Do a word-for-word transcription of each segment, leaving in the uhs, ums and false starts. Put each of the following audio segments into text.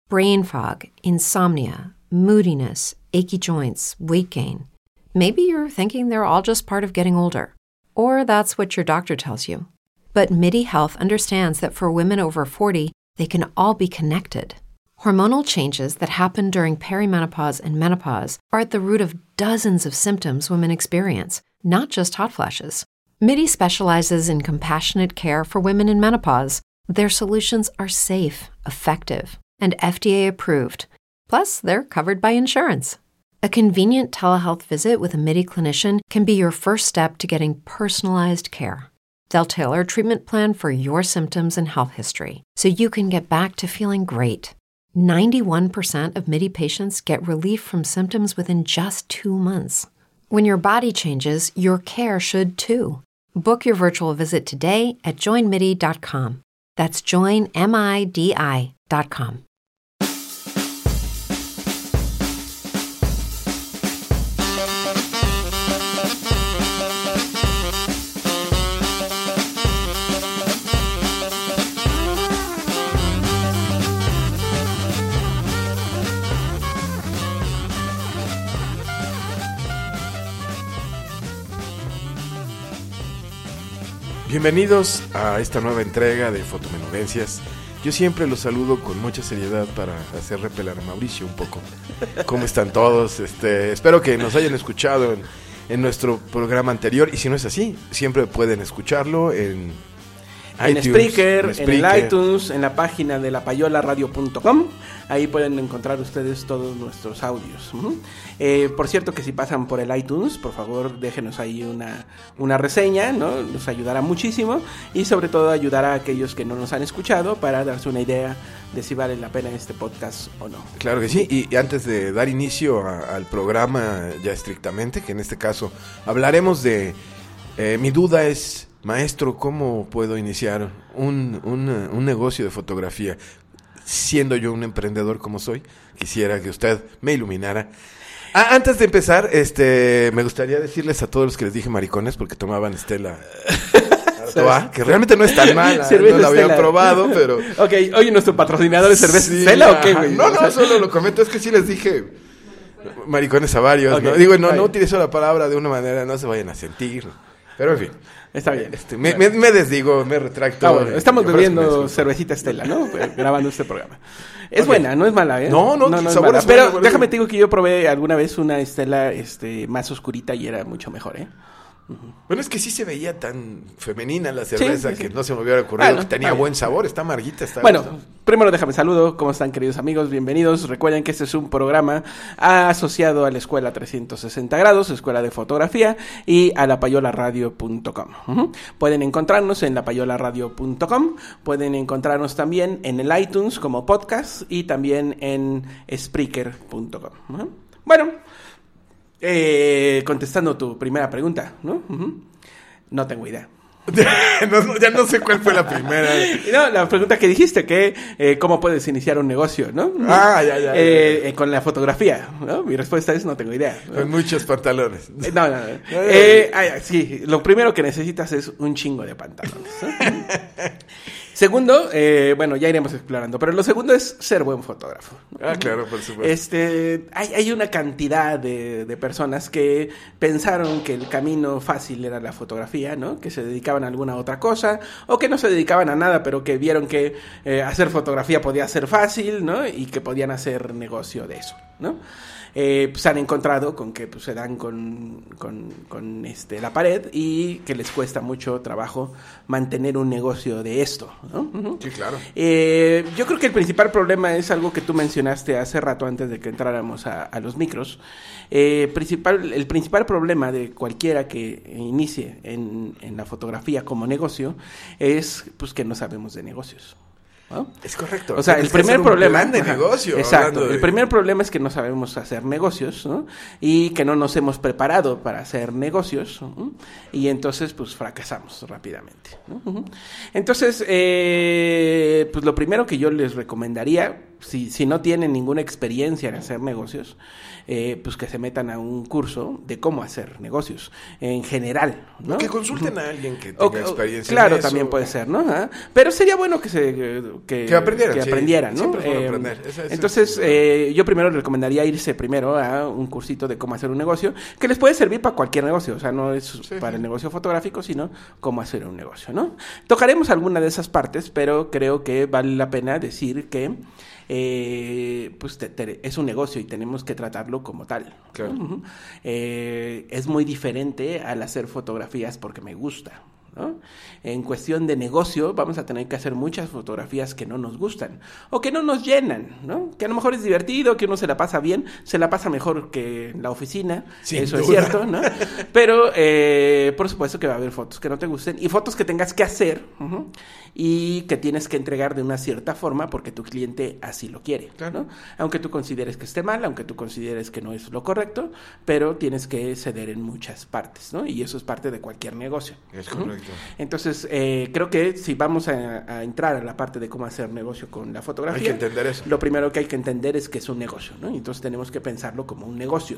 brain fog, insomnia, moodiness, achy joints, weight gain. Maybe you're thinking they're all just part of getting older, or that's what your doctor tells you. But MIDI Health understands that for women over forty, they can all be connected. Hormonal changes that happen during perimenopause and menopause are at the root of dozens of symptoms women experience, not just hot flashes. MIDI specializes in compassionate care for women in menopause. Their solutions are safe, effective, and F D A approved. Plus, they're covered by insurance. A convenient telehealth visit with a MIDI clinician can be your first step to getting personalized care. They'll tailor a treatment plan for your symptoms and health history, so you can get back to feeling great. ninety-one percent of MIDI patients get relief from symptoms within just two months. When your body changes, your care should too. Book your virtual visit today at join midi dot com. That's join midi dot com. Bienvenidos a esta nueva entrega de Fotomenudencias. Yo siempre los saludo con mucha seriedad para hacer repelar a Mauricio un poco. ¿Cómo están todos? Este, espero que nos hayan escuchado en, en nuestro programa anterior, y si no es así, siempre pueden escucharlo en En iTunes, Spreaker, en en Spreaker. el iTunes, en la página de la payola radio punto com. Ahí pueden encontrar ustedes todos nuestros audios. Uh-huh. eh, por cierto, que si pasan por el iTunes, por favor déjenos ahí una, una reseña, ¿no? Nos ayudará muchísimo, y sobre todo ayudará a aquellos que no nos han escuchado para darse una idea de si vale la pena este podcast o no. Claro que sí, y, y antes de dar inicio a, al programa ya estrictamente, que en este caso hablaremos de... Eh, mi duda es... Maestro, ¿cómo puedo iniciar un, un, un negocio de fotografía? Siendo yo un emprendedor como soy, quisiera que usted me iluminara. Ah, antes de empezar, este, me gustaría decirles a todos los que les dije maricones, porque tomaban Estela Artois, que realmente no es tan mala, no la habían probado, pero... Ok, oye, ¿nuestro patrocinador es cerveza Sí, Estela o qué, ajá. güey? No, O no, sea, solo lo comento, es que sí les dije maricones a varios, Okay, ¿no? Digo, no, está no bien. utilizo la palabra de una manera, no se vayan a sentir, pero en fin. Está bien. Este, me, me, me desdigo, me retracto. Ah, bueno, estamos Mejor es que me bebiendo disculpen. cervecita Estela, ¿no? Grabando este programa. Es Ok. buena, no es mala, ¿eh? No, no, no, el es sabor mala. es bueno, Pero por déjame eso. te digo que yo probé alguna vez una Estela este, más oscurita y era mucho mejor, ¿eh? Bueno, es que sí se veía tan femenina la cerveza Sí, sí, que sí. no se me hubiera ocurrido. Bueno, que tenía está bien. buen sabor, está amarguita, está... Bueno, está- primero déjame saludo. ¿Cómo están, queridos amigos? Bienvenidos. Recuerden que este es un programa asociado a la Escuela trescientos sesenta grados, Escuela de Fotografía, y a la payola radio punto com. Uh-huh. Pueden encontrarnos en la payola radio punto com. Pueden encontrarnos también en el iTunes como podcast y también en spreaker punto com. Uh-huh. Bueno, eh, contestando tu primera pregunta, ¿no? Uh-huh. No tengo idea. no, ya no sé cuál fue la primera. Y no, la pregunta que dijiste, que eh, cómo puedes iniciar un negocio, ¿no? Ah, ya, ya, ya. Eh, eh, con la fotografía, ¿no? Mi respuesta es no tengo idea, ¿no? Con muchos pantalones. Eh, No, no, no. Eh, ay, sí, lo primero que necesitas es un chingo de pantalones, ¿no? Segundo, eh, bueno, ya iremos explorando, pero lo segundo es ser buen fotógrafo. Ah, claro, por supuesto. Este, hay, hay una cantidad de, de personas que pensaron que el camino fácil era la fotografía, ¿no? Que se dedicaban a alguna otra cosa, o que no se dedicaban a nada, pero que vieron que eh, hacer fotografía podía ser fácil, ¿no? Y que podían hacer negocio de eso, ¿no? Eh, pues han encontrado con que pues, se dan con, con, con este, la pared, y que les cuesta mucho trabajo mantener un negocio de esto, ¿no? Uh-huh. Sí, claro. Eh, yo creo que el principal problema es algo que tú mencionaste hace rato antes de que entráramos a, a los micros. Eh, principal, el principal problema de cualquiera que inicie en, en la fotografía como negocio es pues que no sabemos de negocios, ¿no? Es correcto. O sea, el Tienes que primer hacer un problema plan de ajá, negocio. Exacto. hablando de- El primer problema es que no sabemos hacer negocios, ¿no? Y que no nos hemos preparado para hacer negocios, ¿no? Y entonces pues fracasamos rápidamente, ¿no? Entonces, eh, pues lo primero que yo les recomendaría, si, si no tienen ninguna experiencia en hacer negocios, eh, pues que se metan a un curso de cómo hacer negocios en general, ¿no? O que consulten a alguien que tenga O- o- experiencia Claro, en eso. también puede ser, ¿no? Ah, Pero sería bueno que se que, Que aprendieran, que sí. aprendieran, ¿no? Siempre es bueno Eh, aprender. Esa- esa entonces, es- eh, yo primero les recomendaría irse primero a un cursito de cómo hacer un negocio, que les puede servir para cualquier negocio, o sea, no es para sí. el negocio fotográfico, sino cómo hacer un negocio, ¿no? Tocaremos alguna de esas partes, pero creo que vale la pena decir que eh, pues te- te- es un negocio y tenemos que tratarlo como tal. Claro. Ujú. Eh, es muy diferente al hacer fotografías porque me gusta, ¿no? En cuestión de negocio vamos a tener que hacer muchas fotografías que no nos gustan o que no nos llenan, ¿no? Que a lo mejor es divertido, que uno se la pasa bien, se la pasa mejor que en la oficina, Sin eso es duda. cierto, ¿no? Pero eh, por supuesto que va a haber fotos que no te gusten y fotos que tengas que hacer, ujú, y que tienes que entregar de una cierta forma porque tu cliente así lo quiere, Claro. ¿no? Aunque tú consideres que esté mal, aunque tú consideres que no es lo correcto, pero tienes que ceder en muchas partes, ¿no? Y eso es parte de cualquier negocio. Es Ujú. correcto. Entonces, eh, creo que si vamos a, a entrar a la parte de cómo hacer negocio con la fotografía, Hay que entender eso. lo primero que hay que entender es que es un negocio, ¿no? Y entonces tenemos que pensarlo como un negocio.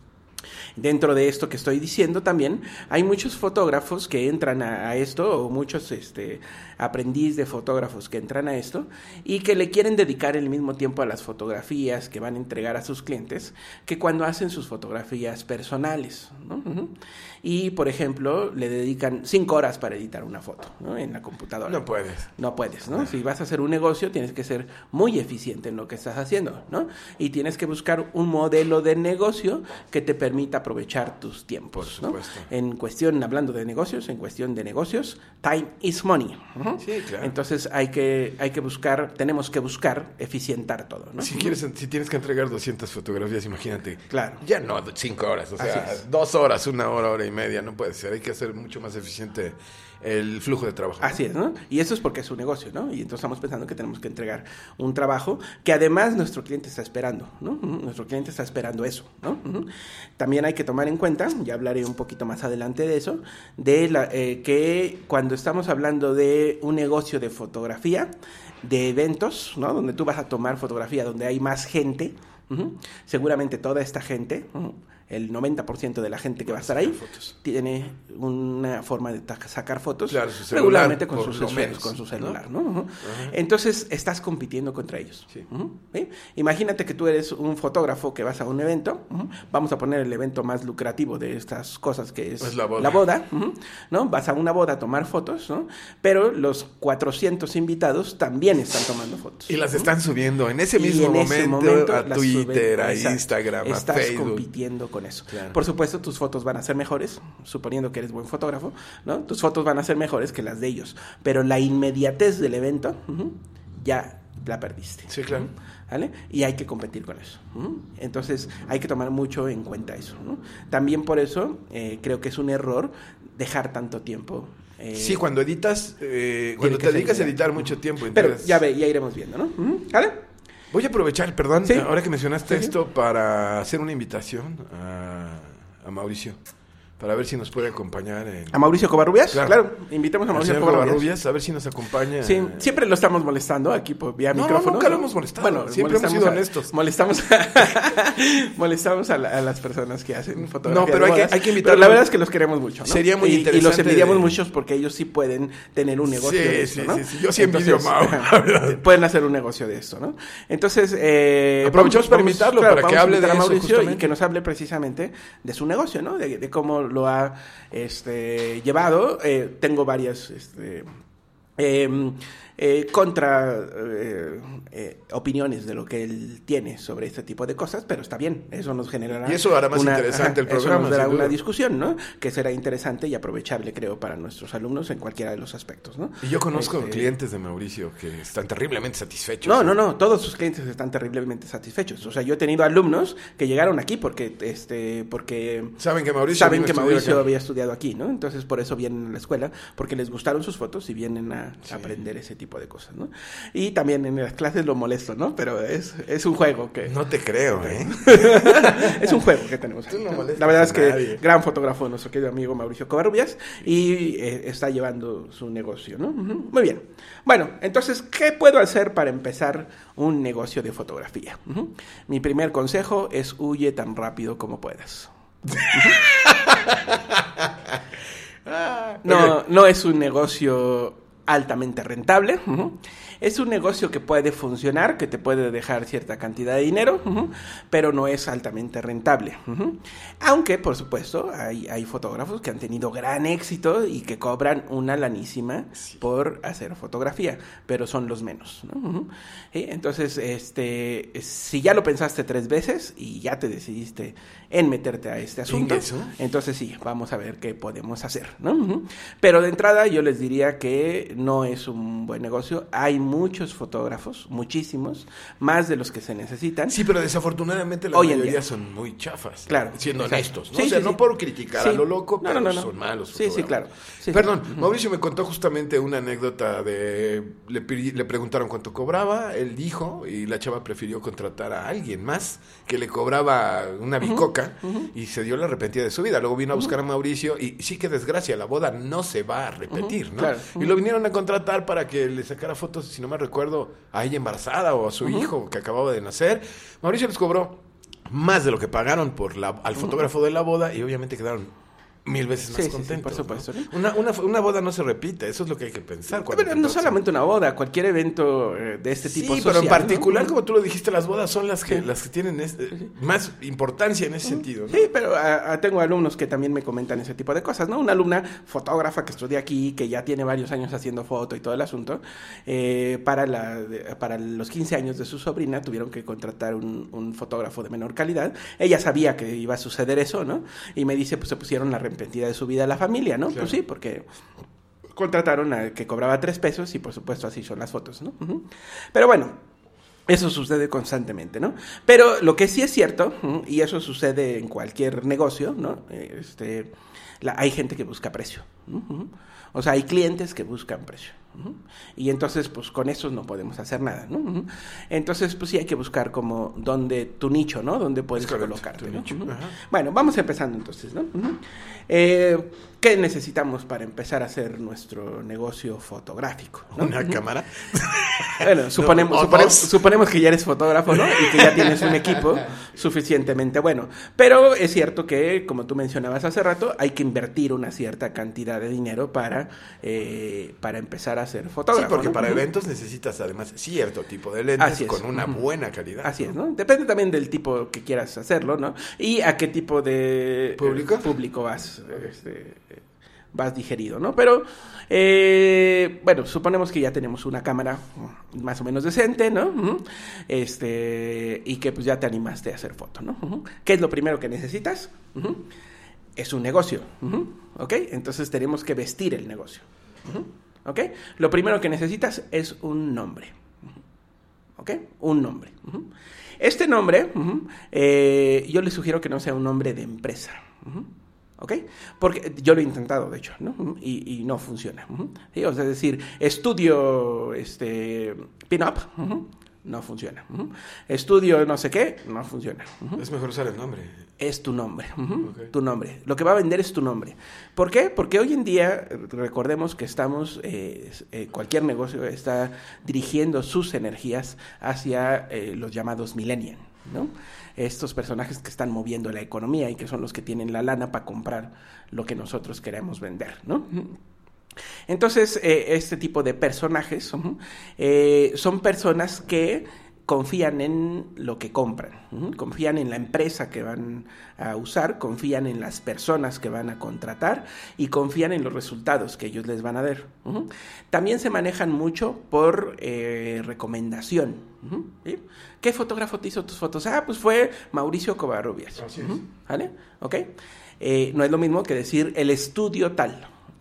Dentro de esto que estoy diciendo también, hay muchos fotógrafos que entran a, a esto, o muchos este, aprendiz de fotógrafos que entran a esto, y que le quieren dedicar el mismo tiempo a las fotografías que van a entregar a sus clientes, que cuando hacen sus fotografías personales, ¿no? Ujú. Y, por ejemplo, le dedican cinco horas para editar una foto, ¿no? En la computadora. No puedes. No puedes, ¿no? Si vas a hacer un negocio, tienes que ser muy eficiente en lo que estás haciendo, ¿no? Y tienes que buscar un modelo de negocio que te permita aprovechar tus tiempos, Por ¿no? supuesto. En cuestión, hablando de negocios, en cuestión de negocios, time is money. Ujú. Sí, claro. Entonces hay que, hay que buscar, tenemos que buscar eficientar todo, ¿no? Si quieres, si tienes que entregar doscientas fotografías, imagínate. Claro. Ya no cinco horas, o sea, Así es. dos horas, una hora, hora y media, no puede ser. Hay que hacer mucho más eficiente el flujo de trabajo. Así es, ¿no? Y eso es porque es un negocio, ¿no? Y entonces estamos pensando que tenemos que entregar un trabajo que además nuestro cliente está esperando, ¿no? Ujú. Nuestro cliente está esperando eso, ¿no? Ujú. También hay que tomar en cuenta, ya hablaré un poquito más adelante de eso, de la, eh, que cuando estamos hablando de un negocio de fotografía, de eventos, ¿no? Donde tú vas a tomar fotografía, donde hay más gente, ujú, seguramente toda esta gente, ujú, el noventa por ciento de la gente que va a estar ahí fotos. tiene una forma de ta- sacar fotos Claro, su celular, regularmente con, por sus lo esferos, menos, con su ¿no? celular, ¿no? Ujú. Entonces estás compitiendo contra ellos. Sí. Ujú. ¿Sí? Imagínate que tú eres un fotógrafo que vas a un evento, ujú. Vamos a poner el evento más lucrativo de estas cosas que es, Es la boda. ujú, ¿no? Vas a una boda a tomar fotos, ¿no? Pero los cuatrocientos invitados también están tomando fotos. Y las Ujú. están subiendo en ese Y mismo en ese momento, momento a las Twitter, suben- a exacto. Instagram, a Estás Facebook. compitiendo con eso. Claro. Por supuesto, tus fotos van a ser mejores, suponiendo que eres buen fotógrafo, ¿no? Tus fotos van a ser mejores que las de ellos. Pero la inmediatez del evento, ujú, ya la perdiste. Sí, claro. ¿Vale? Y hay que competir con eso. ¿Mm? Entonces hay que tomar mucho en cuenta eso, ¿no? También por eso eh, creo que es un error dejar tanto tiempo. eh, Sí, cuando editas, eh, cuando que te ser dedicas a inmediato. editar mucho tiempo. Pero entonces- ya, ve, ya iremos viendo, ¿no? ¿Mm? ¿Vale? Voy a aprovechar, perdón, Sí. ahora que mencionaste Sí, sí. esto, para hacer una invitación a, a Mauricio, para ver si nos puede acompañar en... ¿A Mauricio Covarrubias? Claro. Claro. Invitamos a al Mauricio señor Covarrubias. Covarrubias, a ver si nos acompaña. Sí, siempre lo estamos molestando aquí por vía No, micrófono. nunca lo hemos molestado. Bueno, Siempre hemos molestamos sido a- honestos. Molestamos, molestamos a, la- a las personas que hacen fotografía. No, pero de hay que- bodas, hay que pero invitarlos. la verdad es que los queremos mucho, ¿no? Sería muy y, interesante Y los envidiamos de- muchos porque ellos sí pueden tener un negocio Sí, de esto, sí, ¿no? sí, sí. Yo sí envidio a Mau, la verdad. Pueden hacer un negocio de esto, ¿no? Entonces, eh, Aprovechamos para invitarlo, para que vamos a hable invitar de a eso, Mauricio y justamente. que nos hable precisamente de su negocio, ¿no? De, de cómo lo ha este, llevado. Eh, tengo varias este, eh, eh, contra eh, eh, opiniones de lo que él tiene sobre este tipo de cosas, pero está bien, eso nos generará Y eso hará más una- interesante el eso programa, nos dará sin una duda. discusión, ¿no? Que será interesante y aprovechable, creo, para nuestros alumnos en cualquiera de los aspectos, ¿no? Y yo conozco Este, clientes de Mauricio que están terriblemente satisfechos. no, no, no, todos sus clientes están terriblemente satisfechos. O sea, yo he tenido alumnos que llegaron aquí porque, este, porque Saben que Mauricio saben vino a que estudiar Mauricio acá. había estudiado aquí, ¿no? Entonces por eso vienen a la escuela, porque les gustaron sus fotos y vienen a Sí. aprender ese tipo tipo de cosas, ¿no? Y también en las clases lo molesto, ¿no? Pero es, es un juego que... No te creo, ¿eh? Es un juego que tenemos ahí, Tú no ¿no? molestas La verdad a es que nadie. gran fotógrafo nuestro querido amigo Mauricio Covarrubias y eh, está llevando su negocio, ¿no? Uh-huh. Muy bien. Bueno, entonces, ¿qué puedo hacer para empezar un negocio de fotografía? Uh-huh. Mi primer consejo es huye tan rápido como puedas. Uh-huh. Ah, No, ok. no es un negocio altamente rentable. Uh-huh. Es un negocio que puede funcionar, que te puede dejar cierta cantidad de dinero, uh-huh, pero no es altamente rentable. Uh-huh. Aunque, por supuesto, hay, hay fotógrafos que han tenido gran éxito y que cobran una lanísima sí. por hacer fotografía, pero son los menos, ¿no? Uh-huh. ¿Sí? Entonces, este, si ya lo pensaste tres veces y ya te decidiste en meterte a este asunto, entonces sí, vamos a ver qué podemos hacer, ¿no? Uh-huh. Pero de entrada yo les diría que no es un buen negocio. Hay muchos fotógrafos, muchísimos, más de los que se necesitan. Sí, pero desafortunadamente la Hoy en mayoría día. son muy chafas. Claro. Siendo Exacto. honestos, ¿no? Sí, o sea, sí, no sí. por criticar Sí. a lo loco, No, pero no, no, no. son malos Sí, sí, claro. Sí, Perdón, sí. Mauricio me contó justamente una anécdota de... Le, pi- le preguntaron cuánto cobraba, él dijo, y la chava prefirió contratar a alguien más que le cobraba una bicoca, uh-huh. Uh-huh. y se dio la arrepentida de su vida. Luego vino a buscar uh-huh. a Mauricio y sí, que desgracia, la boda no se va a repetir, uh-huh. ¿no? Claro. Uh-huh. Y lo vinieron a contratar para que le sacara fotos, si no me recuerdo, a ella embarazada o a su uh-huh. hijo que acababa de nacer. Mauricio les cobró más de lo que pagaron por la, al fotógrafo uh-huh. de la boda y obviamente quedaron mil veces más sí, contentos. Sí, sí, por supuesto. ¿no? Una, una, una boda no se repite, eso es lo que hay que pensar. Pero no solamente una boda, cualquier evento eh, de este tipo sí, social, pero en particular, ¿no? como tú lo dijiste, las bodas son las que, sí. las que tienen este, sí. más importancia en ese uh-huh. sentido, ¿no? Sí, pero a, a, tengo alumnos que también me comentan ese tipo de cosas, ¿no? Una alumna fotógrafa que estudia aquí, que ya tiene varios años haciendo foto y todo el asunto, eh, para, la, de, para los quince años de su sobrina tuvieron que contratar un, un fotógrafo de menor calidad. Ella sabía que iba a suceder eso, ¿no? Y me dice, pues se pusieron la arrepentida de su vida la familia, ¿no? Claro. Pues sí, porque contrataron a que cobraba tres pesos y por supuesto así son las fotos, ¿no? Uh-huh. Pero bueno, eso sucede constantemente, ¿no? Pero lo que sí es cierto, uh-huh, y eso sucede en cualquier negocio, ¿no? Este, la, hay gente que busca precio. Uh-huh. O sea, hay clientes que buscan precio. Uh-huh. Y entonces, pues con esos no podemos hacer nada, ¿no? Uh-huh. Entonces, pues sí hay que buscar como donde tu nicho, ¿no? Donde puedes colocarte, ¿no? Uh-huh. Bueno, vamos empezando entonces, ¿no? Uh-huh. Eh, ¿Qué necesitamos para empezar a hacer nuestro negocio fotográfico, ¿no? ¿Una uh-huh. cámara? Bueno, suponemos, no, suponemos, suponemos que ya eres fotógrafo, ¿no? Y que ya tienes un equipo suficientemente bueno. Pero es cierto que, como tú mencionabas hace rato, hay que invertir una cierta cantidad de dinero para, eh, para empezar a ser fotógrafo. Sí, porque ¿no? para uh-huh. eventos necesitas además cierto tipo de lentes con una uh-huh. buena calidad. Así es, ¿no? Depende también del tipo que quieras hacerlo, ¿no? Y a qué tipo de público, eh, público vas, este, vas digerido, ¿no? Pero, eh, bueno, suponemos que ya tenemos una cámara más o menos decente, ¿no? Uh-huh. Este, y que pues ya te animaste a hacer foto, ¿no? Uh-huh. ¿Qué es lo primero que necesitas? Uh-huh. Es un negocio, uh-huh. ¿ok? Entonces tenemos que vestir el negocio, uh-huh. ¿ok? Lo primero que necesitas es un nombre, uh-huh. ¿ok? Un nombre. Uh-huh. Este nombre, uh-huh, eh, yo les sugiero que no sea un nombre de empresa, uh-huh. ¿ok? Porque yo lo he intentado, de hecho, ¿no? Uh-huh. Y, y no funciona, uh-huh. ¿sí? O sea, es decir, estudio este, pin-up, uh-huh. no funciona. Uh-huh. Estudio no sé qué, no funciona. Uh-huh. Es mejor usar el nombre. Es tu nombre, uh-huh. okay. tu nombre. Lo que va a vender es tu nombre. ¿Por qué? Porque hoy en día, recordemos que estamos, eh, eh, cualquier negocio está dirigiendo sus energías hacia eh, los llamados millennials, ¿no? Estos personajes que están moviendo la economía y que son los que tienen la lana para comprar lo que nosotros queremos vender, ¿no? Entonces, eh, este tipo de personajes uh-huh, eh, son personas que confían en lo que compran, uh-huh, confían en la empresa que van a usar, confían en las personas que van a contratar y confían en los resultados que ellos les van a dar. Uh-huh. También se manejan mucho por eh, recomendación. Uh-huh, ¿sí? ¿Qué fotógrafo te hizo tus fotos? Ah, pues fue Mauricio Covarrubias. Así es. Uh-huh, ¿vale? ¿Ok? Eh, no es lo mismo que decir el estudio tal.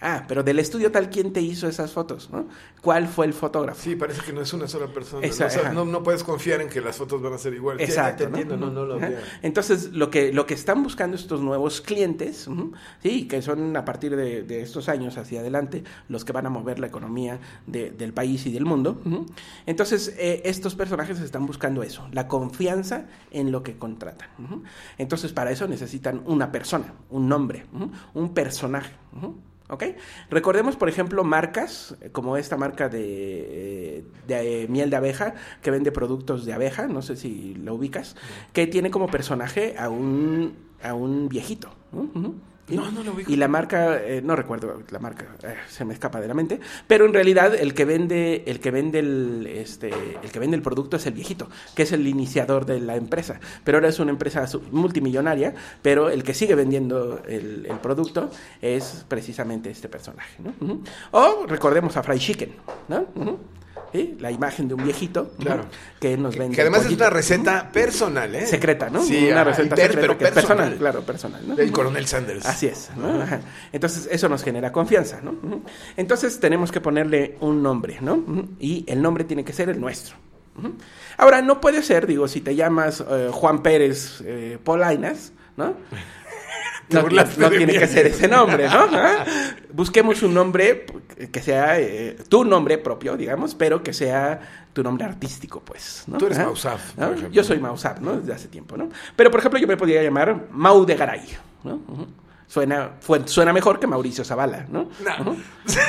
Ah, pero del estudio tal, ¿quién te hizo esas fotos? ¿No? ¿Cuál fue el fotógrafo? Sí, parece que no es una sola persona. Esa, ¿no? O sea, no, no puedes confiar en que las fotos van a ser iguales. Exacto. Ya, ya te entiendo, no, no, no lo había. Entonces, lo que, lo que están buscando estos nuevos clientes, uh-huh, sí, que son a partir de, de estos años hacia adelante los que van a mover la economía de, del país y del mundo. Uh-huh. Entonces, eh, estos personajes están buscando eso, la confianza en lo que contratan. Uh-huh. Entonces, para eso necesitan una persona, un nombre, uh-huh, un personaje. Uh-huh. ¿Ok? Recordemos, por ejemplo, marcas como esta marca de, de, de miel de abeja que vende productos de abeja, no sé si lo ubicas, que tiene como personaje a un, a un viejito. Uh-huh. No, no lo ubico. Y la marca, eh, no recuerdo la marca, eh, se me escapa de la mente, pero en realidad el que vende, el que vende el, este, el que vende el producto es el viejito, que es el iniciador de la empresa. Pero ahora es una empresa multimillonaria, pero el que sigue vendiendo el, el producto es precisamente este personaje, ¿no? Uh-huh. O recordemos a Fried Chicken, ¿no? Uh-huh. ¿Sí? La imagen de un viejito, claro, ¿no? Que nos vende. Que además pollito, es una receta ¿no? personal, ¿eh? Secreta, ¿no? Sí, una ah, receta per, secreta pero que es personal. personal, claro, personal, ¿no? El coronel Sanders. Así es, ¿no? Ajá. Entonces, eso nos genera confianza, ¿no? Entonces, tenemos que ponerle un nombre, ¿no? Y el nombre tiene que ser el nuestro. Ahora, no puede ser, digo, si te llamas eh, Juan Pérez eh, Polainas, ¿no? No, no, no tiene que ser ese nombre, ¿no? ¿Ah? Busquemos un nombre que sea eh, tu nombre propio, digamos, pero que sea tu nombre artístico, pues, ¿no? Tú eres ¿Ah? Mausaf, ¿no? por ejemplo. Yo soy Mausaf, ¿no? Desde hace tiempo, ¿no? Pero, por ejemplo, yo me podría llamar Mau de Garay, ¿no? Uh-huh. Suena, fue, suena mejor que Mauricio Zavala, ¿no? No. Uh-huh. ¿No?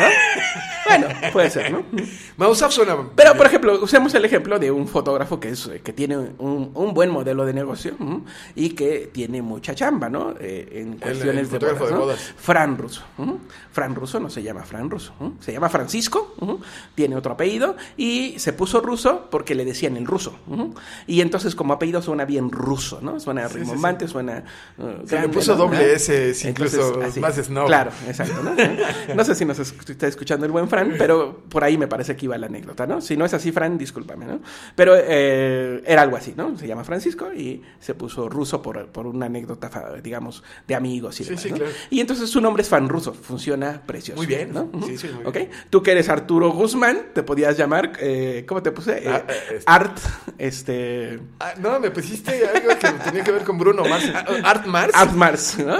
Bueno, puede ser, ¿no? Mausaf suena... Pero, por ejemplo, usemos el ejemplo de un fotógrafo que es que tiene un, un buen modelo de negocio, uh-huh, y que tiene mucha chamba, ¿no? Eh, en cuestiones el, el de, bodas, de ¿no? bodas. Fran Russo. Uh-huh. Fran Russo no se llama Fran Russo, uh-huh, se llama Francisco, uh-huh, tiene otro apellido y se puso ruso porque le decían el ruso. Uh-huh. Y entonces, como apellido, suena bien ruso, ¿no? Suena sí, rimbombante, sí, sí. suena... Uh, se grande, le puso, ¿no? Doble S, ¿no? Incluso entonces, más snob. Claro, exacto, ¿no? No sé si nos está escuchando el buen Fran, pero por ahí me parece que iba la anécdota, ¿no? Si no es así, Fran, discúlpame, ¿no? Pero eh, era algo así, ¿no? Se llama Francisco y se puso ruso por, por una anécdota, digamos, de amigos y demás, sí, sí, ¿no? claro. Y entonces su nombre es Fan Ruso, funciona precioso. Muy bien, ¿no? Sí, sí, muy ¿Ok? bien. Tú que eres Arturo Guzmán, te podías llamar, eh, ¿cómo te puse? Ah, Eh, este. Art, este... Ah, no, me pusiste algo que tenía que ver con Bruno Mars. ¿Art Mars? Art Mars, ¿no?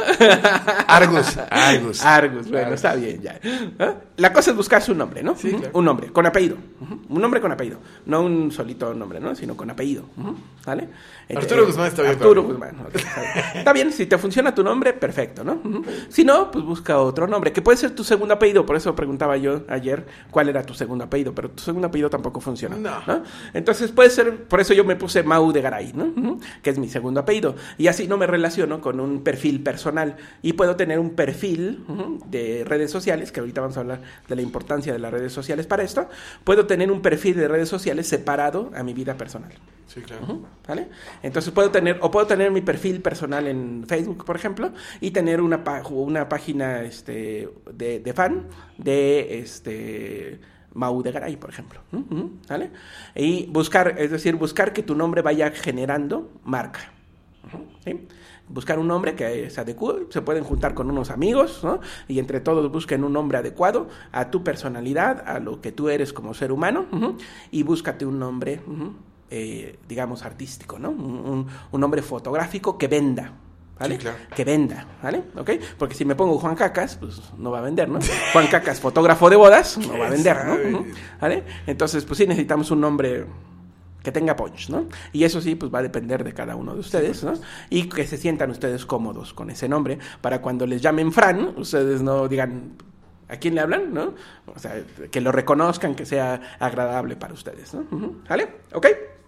Argus. Argus. Argus, bueno, Argus. está bien, ya. ¿Eh? La cosa es buscar su nombre, ¿no? Sí, uh-huh. claro. Un nombre, con apellido. Uh-huh. Un nombre con apellido. No un solito nombre, ¿no? Sino con apellido. Uh-huh. ¿Vale? Arturo eh, Guzmán está bien. Arturo Guzmán. Okay, está bien. Está bien, si te funciona tu nombre, perfecto, ¿no? Uh-huh. Si no, pues busca otro nombre, que puede ser tu segundo apellido. Por eso preguntaba yo ayer cuál era tu segundo apellido, pero tu segundo apellido tampoco funciona. No. ¿no? Entonces puede ser, por eso yo me puse Mau de Garay, ¿no? Uh-huh. Que es mi segundo apellido. Y así no me relaciono con un perfil personal. Y puedo tener un perfil uh-huh, de redes sociales, que ahorita vamos a hablar de la importancia de las redes sociales para esto. Puedo tener un perfil de redes sociales separado a mi vida personal. Sí, claro. Uh-huh, ¿vale? Entonces puedo tener, o puedo tener mi perfil personal en Facebook, por ejemplo, y tener una, una página este, de, de fan de este Mau de Garay, por ejemplo. Uh-huh, ¿vale? Y buscar, es decir, buscar que tu nombre vaya generando marca. Uh-huh, ¿sí? Buscar un nombre que se adecue, se pueden juntar con unos amigos, ¿no? Y entre todos busquen un nombre adecuado a tu personalidad, a lo que tú eres como ser humano, uh-huh, y búscate un nombre, uh-huh, eh, digamos, artístico, ¿no? Un, un nombre fotográfico que venda, ¿vale? Sí, claro. Que venda, ¿vale? ¿Ok? Porque si me pongo Juan Cacas, pues no va a vender, ¿no? Juan Cacas, fotógrafo de bodas, no va a vender, ¿no? Uh-huh, ¿vale? Entonces, pues sí necesitamos un nombre que tenga punch, ¿no? Y eso sí, pues va a depender de cada uno de ustedes, ¿no? Y que se sientan ustedes cómodos con ese nombre, para cuando les llamen Fran, ustedes no digan ¿a quién le hablan? ¿No? O sea, que lo reconozcan, que sea agradable para ustedes, ¿no? Uh-huh. ¿Vale? ¿Ok?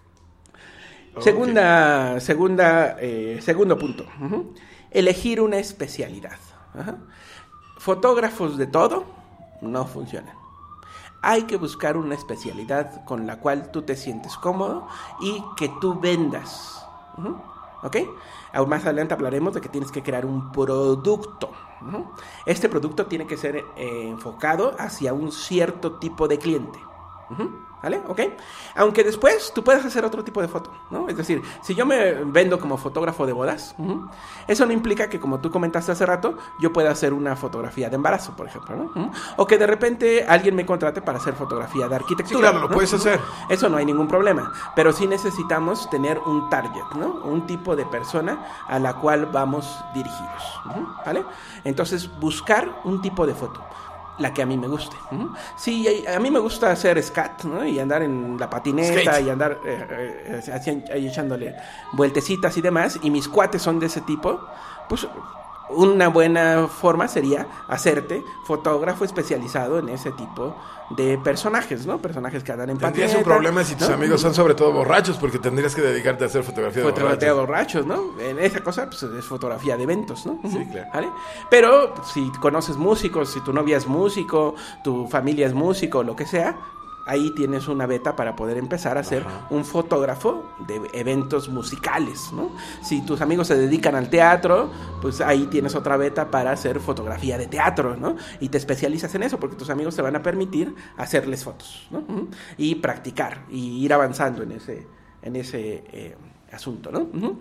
Okay. Segunda, segunda, eh, segundo punto. Uh-huh. Elegir una especialidad. Uh-huh. Fotógrafos de todo no funcionan. Hay que buscar una especialidad con la cual tú te sientes cómodo y que tú vendas. Uh-huh. ¿Ok? Aún más adelante hablaremos de que tienes que crear un producto. Uh-huh. Este producto tiene que ser eh, enfocado hacia un cierto tipo de cliente. Uh-huh. ¿Vale? ¿Ok? Aunque después tú puedes hacer otro tipo de foto, ¿no? Es decir, si yo me vendo como fotógrafo de bodas, uh-huh, eso no implica que, como tú comentaste hace rato, yo pueda hacer una fotografía de embarazo, por ejemplo, ¿no? Uh-huh. O que de repente alguien me contrate para hacer fotografía de arquitectura. Sí, claro, lo ¿no? puedes hacer. Eso no hay ningún problema, pero sí necesitamos tener un target, ¿no? Un tipo de persona a la cual vamos dirigidos, uh-huh, ¿vale? Entonces, buscar un tipo de foto, la que a mí me guste. Uh-huh. Sí, a mí me gusta hacer scat, ¿no? Y andar en la patineta Skate. y andar eh, eh, así, ahí echándole vueltecitas y demás, y mis cuates son de ese tipo. Pues una buena forma sería hacerte fotógrafo especializado en ese tipo de personajes, ¿no? Personajes que andan en patineta. Tendrías un problema si tus ¿no? amigos son sobre todo borrachos, porque tendrías que dedicarte a hacer fotografía de fotografía borrachos. de borrachos, ¿no? En esa cosa, pues, es fotografía de eventos, ¿no? Sí, claro. ¿Vale? Pero si conoces músicos, si tu novia es músico, tu familia es músico, lo que sea, ahí tienes una beta para poder empezar a ser Ajá. un fotógrafo de eventos musicales, ¿no? Si tus amigos se dedican al teatro, pues ahí tienes otra beta para hacer fotografía de teatro, ¿no? Y te especializas en eso porque tus amigos te van a permitir hacerles fotos, ¿no? Uh-huh. Y practicar y ir avanzando en ese, en ese eh, asunto, ¿no? Uh-huh.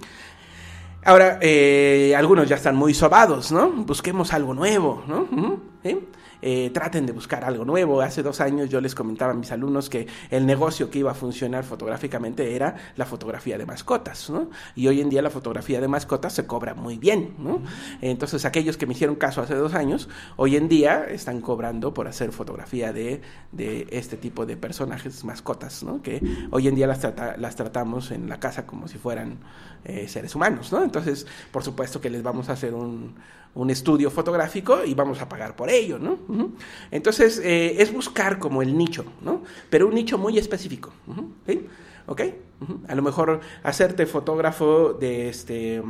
Ahora, eh, algunos ya están muy sobados, ¿no? Busquemos algo nuevo, ¿no? Uh-huh. ¿Sí? Eh, traten de buscar algo nuevo. Hace dos años yo les comentaba a mis alumnos que el negocio que iba a funcionar fotográficamente era la fotografía de mascotas, ¿no? Y hoy en día la fotografía de mascotas se cobra muy bien, ¿no? Entonces aquellos que me hicieron caso hace dos años, hoy en día están cobrando por hacer fotografía de, de este tipo de personajes, mascotas, ¿no? Que hoy en día las, trata, las tratamos en la casa como si fueran eh, seres humanos, ¿no? Entonces, por supuesto que les vamos a hacer un, un estudio fotográfico y vamos a pagar por ello, ¿no? Uh-huh. Entonces, eh, es buscar como el nicho, ¿no? Pero un nicho muy específico, uh-huh. ¿Sí? ¿Ok? Uh-huh. A lo mejor hacerte fotógrafo de este...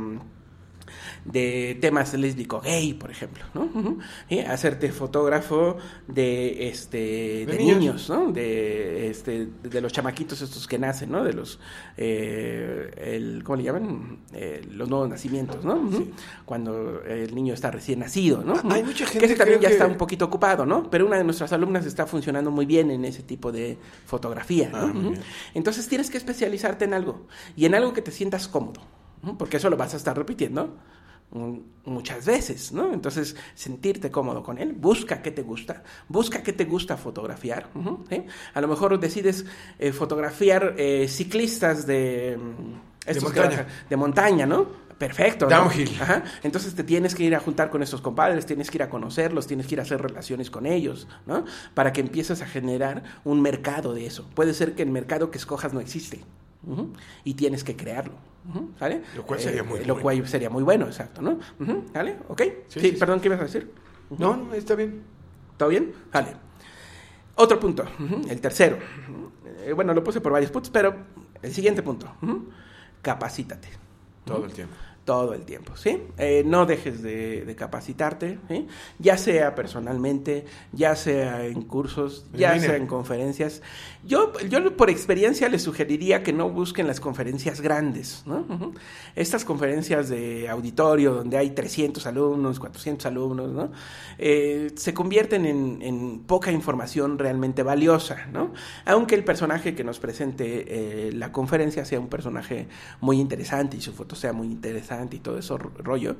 de temas lésbico gay, por ejemplo, ¿no? Uh-huh. ¿Sí? Hacerte fotógrafo de este de, de niños. niños, ¿no? De este de los chamaquitos estos que nacen, ¿no? De los eh, el ¿cómo le llaman? Eh, los nuevos nacimientos, ¿no? Uh-huh. Sí. Cuando el niño está recién nacido, ¿no? Ah, hay mucha gente que ese también ya que... está un poquito ocupado, ¿no? Pero una de nuestras alumnas está funcionando muy bien en ese tipo de fotografía, ¿no? Ah, uh-huh. Entonces tienes que especializarte en algo y en algo que te sientas cómodo, ¿no? Porque eso lo vas a estar repitiendo muchas veces, ¿no? Entonces, sentirte cómodo con él, busca qué te gusta, busca qué te gusta fotografiar, uh-huh, ¿sí? A lo mejor decides eh, fotografiar eh, ciclistas de, de montaña, de montaña, ¿no? Perfecto, ¿no? Downhill. Ajá. Entonces te tienes que ir a juntar con estos compadres, tienes que ir a conocerlos, tienes que ir a hacer relaciones con ellos, ¿no? Para que empieces a generar un mercado de eso. Puede ser que el mercado que escojas no existe. Uh-huh. Y tienes que crearlo, uh-huh. ¿Vale? Lo cual sería muy eh, bueno. Lo cual sería muy bueno, exacto, ¿no? Uh-huh. ¿Vale? ¿Ok? Sí, sí, sí perdón, ¿qué ibas a decir? Uh-huh. No, no, está bien. ¿Todo bien? Vale. Otro punto, uh-huh. El tercero. Uh-huh. Eh, bueno, lo puse por varios puntos, pero el siguiente punto. Uh-huh. Capacítate. Todo uh-huh. el tiempo. Todo el tiempo, ¿sí? Eh, no dejes de, de capacitarte, ¿sí? Ya sea personalmente, ya sea en cursos, ya sea en conferencias. Yo, yo por experiencia les sugeriría que no busquen las conferencias grandes, ¿no? Uh-huh. Estas conferencias de auditorio donde hay trescientos alumnos, cuatrocientos alumnos, ¿no? Eh, se convierten en, en poca información realmente valiosa, ¿no? Aunque el personaje que nos presente eh, la conferencia sea un personaje muy interesante y su foto sea muy interesante y todo eso rollo,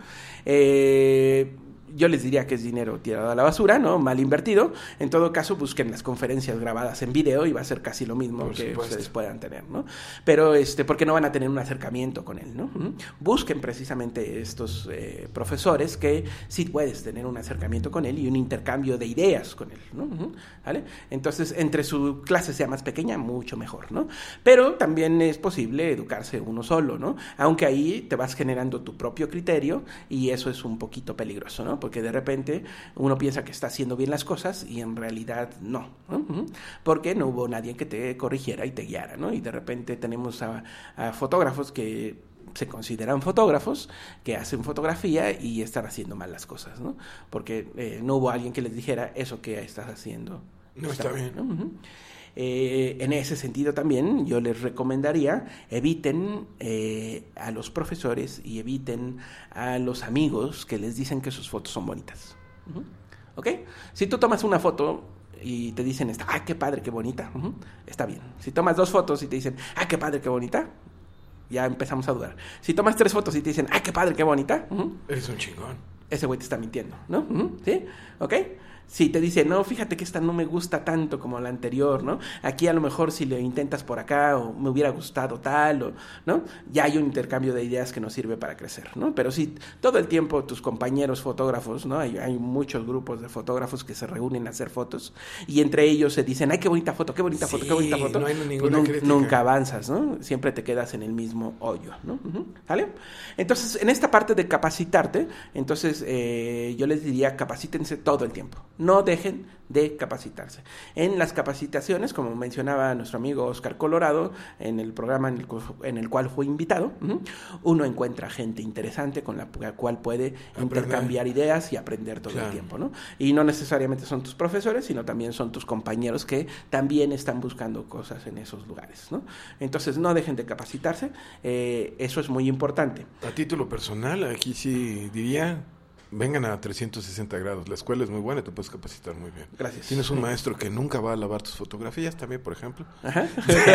eh, yo les diría que es dinero tirado a la basura, ¿no? Mal invertido. En todo caso, busquen las conferencias grabadas en video y va a ser casi lo mismo Por que supuesto. ustedes puedan tener, ¿no? Pero, este, porque no van a tener un acercamiento con él, ¿no? Uh-huh. Busquen precisamente estos eh, profesores que sí puedes tener un acercamiento con él y un intercambio de ideas con él, ¿no? Uh-huh. ¿Vale? Entonces, entre su clase sea más pequeña, mucho mejor, ¿no? Pero también es posible educarse uno solo, ¿no? Aunque ahí te vas generando tu propio criterio y eso es un poquito peligroso, ¿no? Porque de repente uno piensa que está haciendo bien las cosas y en realidad no, ¿no? Uh-huh. Porque no hubo nadie que te corrigiera y te guiara, ¿no? Y de repente tenemos a, a fotógrafos que se consideran fotógrafos, que hacen fotografía y están haciendo mal las cosas, ¿no? Porque eh, no hubo alguien que les dijera eso que estás haciendo no está, está bien, ¿no? Uh-huh. Eh, en ese sentido también yo les recomendaría eviten eh, a los profesores y eviten a los amigos que les dicen que sus fotos son bonitas. Uh-huh. ¿Ok? Si tú tomas una foto y te dicen, ah, qué padre, qué bonita, uh-huh, está bien. Si tomas dos fotos y te dicen, ah, qué padre, qué bonita, ya empezamos a dudar. Si tomas tres fotos y te dicen, ah, qué padre, qué bonita, uh-huh, eres un chingón. Ese güey te está mintiendo, ¿no? Uh-huh, ¿sí? ¿Ok? Si te dice, no, fíjate que esta no me gusta tanto como la anterior, ¿no? Aquí a lo mejor si le intentas por acá o me hubiera gustado tal, o, ¿no? Ya hay un intercambio de ideas que nos sirve para crecer, ¿no? Pero si todo el tiempo tus compañeros fotógrafos, ¿no? Hay, hay muchos grupos de fotógrafos que se reúnen a hacer fotos y entre ellos se dicen, ay, qué bonita foto, qué bonita foto, sí, qué bonita foto. No hay ninguna pues, crítica. Nunca avanzas, ¿no? Siempre te quedas en el mismo hoyo, ¿no? Uh-huh, ¿vale? Entonces, en esta parte de capacitarte, entonces eh, yo les diría, capacítense todo el tiempo. No dejen de capacitarse. En las capacitaciones, como mencionaba nuestro amigo Oscar Colorado, en el programa en el, en el cual fue invitado, uh-huh, uno encuentra gente interesante con la cual puede aprender, intercambiar ideas y aprender todo claro. el tiempo, ¿no? Y no necesariamente son tus profesores, sino también son tus compañeros que también están buscando cosas en esos lugares, ¿no? Entonces, no dejen de capacitarse, eh, eso es muy importante. A título personal, aquí sí diría... Vengan a trescientos sesenta grados. La escuela es muy buena y te puedes capacitar muy bien. Gracias. Tienes un maestro que nunca va a lavar tus fotografías también, por ejemplo. Ajá.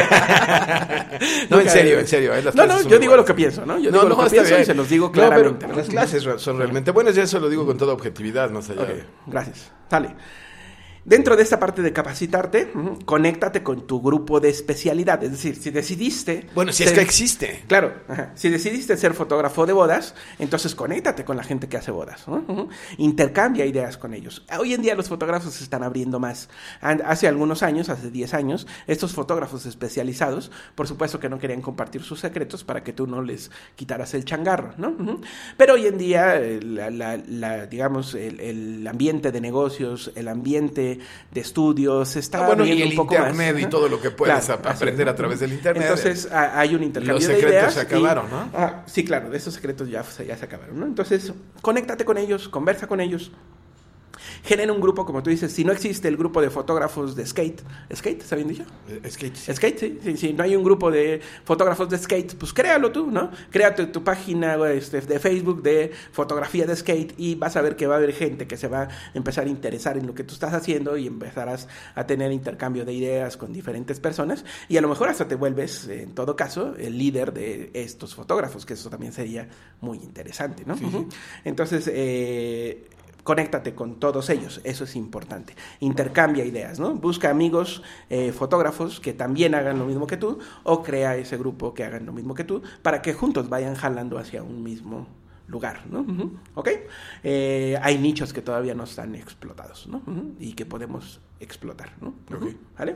no, en serio, en serio. Eh, no, no, yo digo lo que pienso, ¿no? Yo no, digo no, lo que pienso bien. Y se los digo claramente. No, pero las clases son realmente buenas y eso lo digo con toda objetividad, más allá. Okay. De... Gracias. Sale. Dentro de esta parte de capacitarte, uh, conéctate con tu grupo de especialidad. Es decir, si decidiste... Bueno, si ser, es que existe. Claro. Ajá, si decidiste ser fotógrafo de bodas, entonces conéctate con la gente que hace bodas, ¿no? Uh-huh. Intercambia ideas con ellos. Hoy en día los fotógrafos se están abriendo más. Hace algunos años, hace diez años, estos fotógrafos especializados, por supuesto que no querían compartir sus secretos para que tú no les quitaras el changarro, ¿no? Uh-huh. Pero hoy en día, la, la, la, digamos, el, el ambiente de negocios, el ambiente de estudios está ah, bueno, abriendo y el un poco internet más. y todo lo que puedes claro, aprender así, a través del internet. Entonces hay un intercambio de ideas. Los secretos se acabaron, y, ¿no? Ah, sí, claro, de esos secretos ya, ya se acabaron, ¿no? Entonces, conéctate con ellos, conversa con ellos. Genera un grupo, como tú dices, si no existe el grupo de fotógrafos de skate, ¿skate? ¿Está bien dicho? Skate. Sí. Skate, sí. Si sí, sí, no hay un grupo de fotógrafos de skate, pues créalo tú, ¿no? Créate tu página este, de Facebook de fotografía de skate y vas a ver que va a haber gente que se va a empezar a interesar en lo que tú estás haciendo y empezarás a tener intercambio de ideas con diferentes personas y a lo mejor hasta te vuelves, en todo caso, el líder de estos fotógrafos, que eso también sería muy interesante, ¿no? Sí, uh-huh. sí. Entonces, eh... conéctate con todos ellos, eso es importante. Intercambia ideas, ¿no? Busca amigos eh, fotógrafos que también hagan lo mismo que tú o crea ese grupo que hagan lo mismo que tú para que juntos vayan jalando hacia un mismo lugar, ¿no? Uh-huh. ¿Ok? Eh, hay nichos que todavía no están explotados, ¿no? Uh-huh. Y que podemos explotar, ¿no? Uh-huh. Okay. ¿Vale?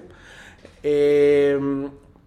Eh,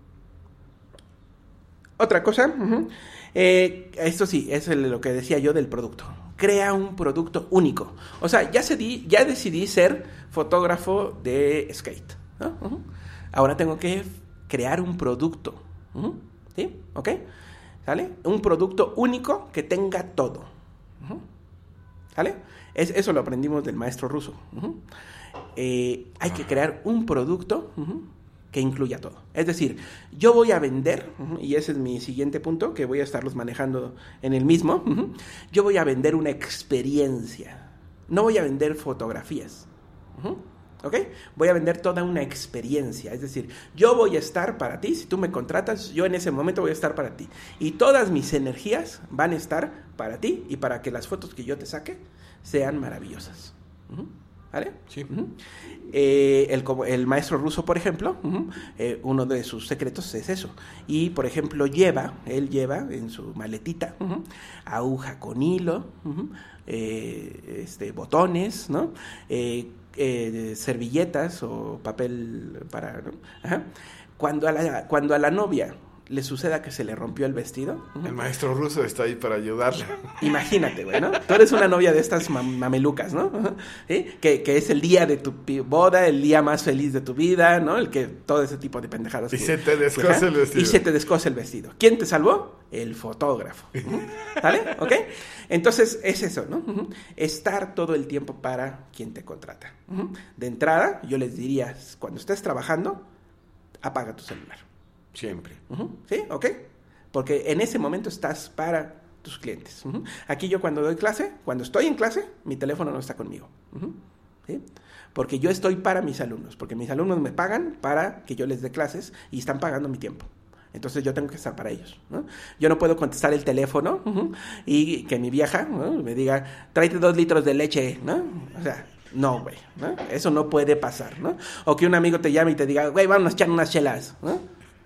otra cosa, uh-huh. eh, esto sí, es el, lo que decía yo del producto. Crea un producto único. O sea, ya, se di, ya decidí ser fotógrafo de skate, ¿no? Uh-huh. Ahora tengo que crear un producto. Uh-huh. ¿Sí? ¿Ok? ¿Sale? Un producto único que tenga todo. Uh-huh. ¿Sale? Es, eso lo aprendimos del maestro ruso. Uh-huh. Eh, hay que crear un producto... Uh-huh. que incluya todo. Es decir, yo voy a vender, uh-huh, y ese es mi siguiente punto, que voy a estarlos manejando en el mismo, uh-huh, yo voy a vender una experiencia, no voy a vender fotografías, uh-huh, ¿ok? Voy a vender toda una experiencia, es decir, yo voy a estar para ti, si tú me contratas, yo en ese momento voy a estar para ti, y todas mis energías van a estar para ti y para que las fotos que yo te saque sean maravillosas, uh-huh. ¿Vale? Sí. Uh-huh. Eh, el, el maestro ruso, por ejemplo, uh-huh, eh, uno de sus secretos es eso. Y, por ejemplo, lleva, él lleva en su maletita uh-huh, aguja con hilo, uh-huh, eh, este, botones, ¿no? Eh, eh, servilletas o papel para... ¿no? Ajá. Cuando a la, cuando a la novia le suceda que se le rompió el vestido. Uh-huh. El maestro ruso está ahí para ayudarle. Imagínate, güey, ¿no? Tú eres una novia de estas mam- mamelucas, ¿no? ¿Sí? Que, que es el día de tu boda, el día más feliz de tu vida, ¿no? El que todo ese tipo de pendejadas. Y que, se te descoce ¿sí? el vestido. Y se te descoce el vestido. ¿Quién te salvó? El fotógrafo. Uh-huh. ¿Vale? ¿Ok? Entonces, es eso, ¿no? Uh-huh. Estar todo el tiempo para quien te contrata. Uh-huh. De entrada, yo les diría, cuando estés trabajando, apaga tu celular. Siempre. Uh-huh. ¿Sí? ¿Ok? Porque en ese momento estás para tus clientes. Uh-huh. Aquí yo cuando doy clase, cuando estoy en clase, mi teléfono no está conmigo. Uh-huh. ¿sí? Porque yo estoy para mis alumnos, porque mis alumnos me pagan para que yo les dé clases y están pagando mi tiempo. Entonces yo tengo que estar para ellos, ¿no? Yo no puedo contestar el teléfono uh-huh, y que mi vieja, ¿no?, me diga, tráete dos litros de leche, ¿no? O sea, no, güey, ¿no? Eso no puede pasar, ¿no? O que un amigo te llame y te diga, güey, vamos a echar unas chelas, ¿no?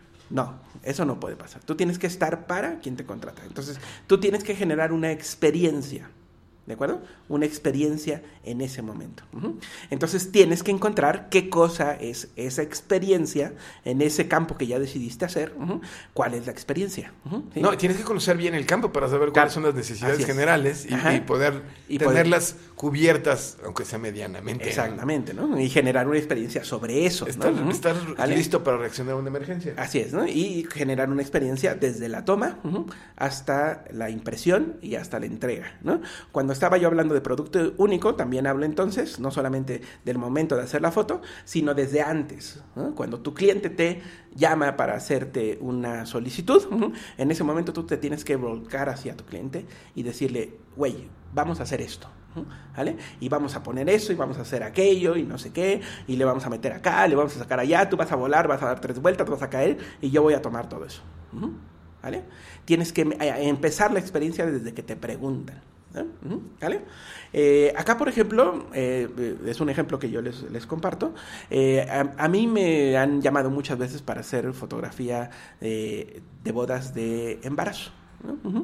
No, eso no puede pasar. Tú tienes que estar para quien te contrata. Entonces, tú tienes que generar una experiencia, ¿de acuerdo? Una experiencia en ese momento. Uh-huh. Entonces tienes que encontrar qué cosa es esa experiencia en ese campo que ya decidiste hacer. Uh-huh. ¿Cuál es la experiencia? Uh-huh. ¿Sí? No, tienes que conocer bien el campo para saber cuáles son las necesidades generales y, y poder y tenerlas poder... cubiertas, aunque sea medianamente. Exactamente, ¿no? Y generar una experiencia sobre eso. Estar, ¿no? estar ¿Vale? listo para reaccionar a una emergencia. Así es, ¿no? Y generar una experiencia desde la toma uh-huh, hasta la impresión y hasta la entrega, ¿no? Cuando estaba yo hablando de producto único, también hablo entonces, no solamente del momento de hacer la foto, sino desde antes, ¿no? Cuando tu cliente te llama para hacerte una solicitud, uh-huh, en ese momento tú te tienes que volcar hacia tu cliente y decirle, güey, vamos a hacer esto, uh-huh, ¿vale? Y vamos a poner eso y vamos a hacer aquello y no sé qué, y le vamos a meter acá, le vamos a sacar allá, tú vas a volar, vas a dar tres vueltas, vas a caer y yo voy a tomar todo eso, uh-huh, ¿vale? Tienes que empezar la experiencia desde que te preguntan. ¿Eh? ¿Vale? Eh, acá, por ejemplo, eh, es un ejemplo que yo les, les comparto. Eh, a, a mí me han llamado muchas veces para hacer fotografía eh, de bodas de embarazo, ¿no? Uh-huh.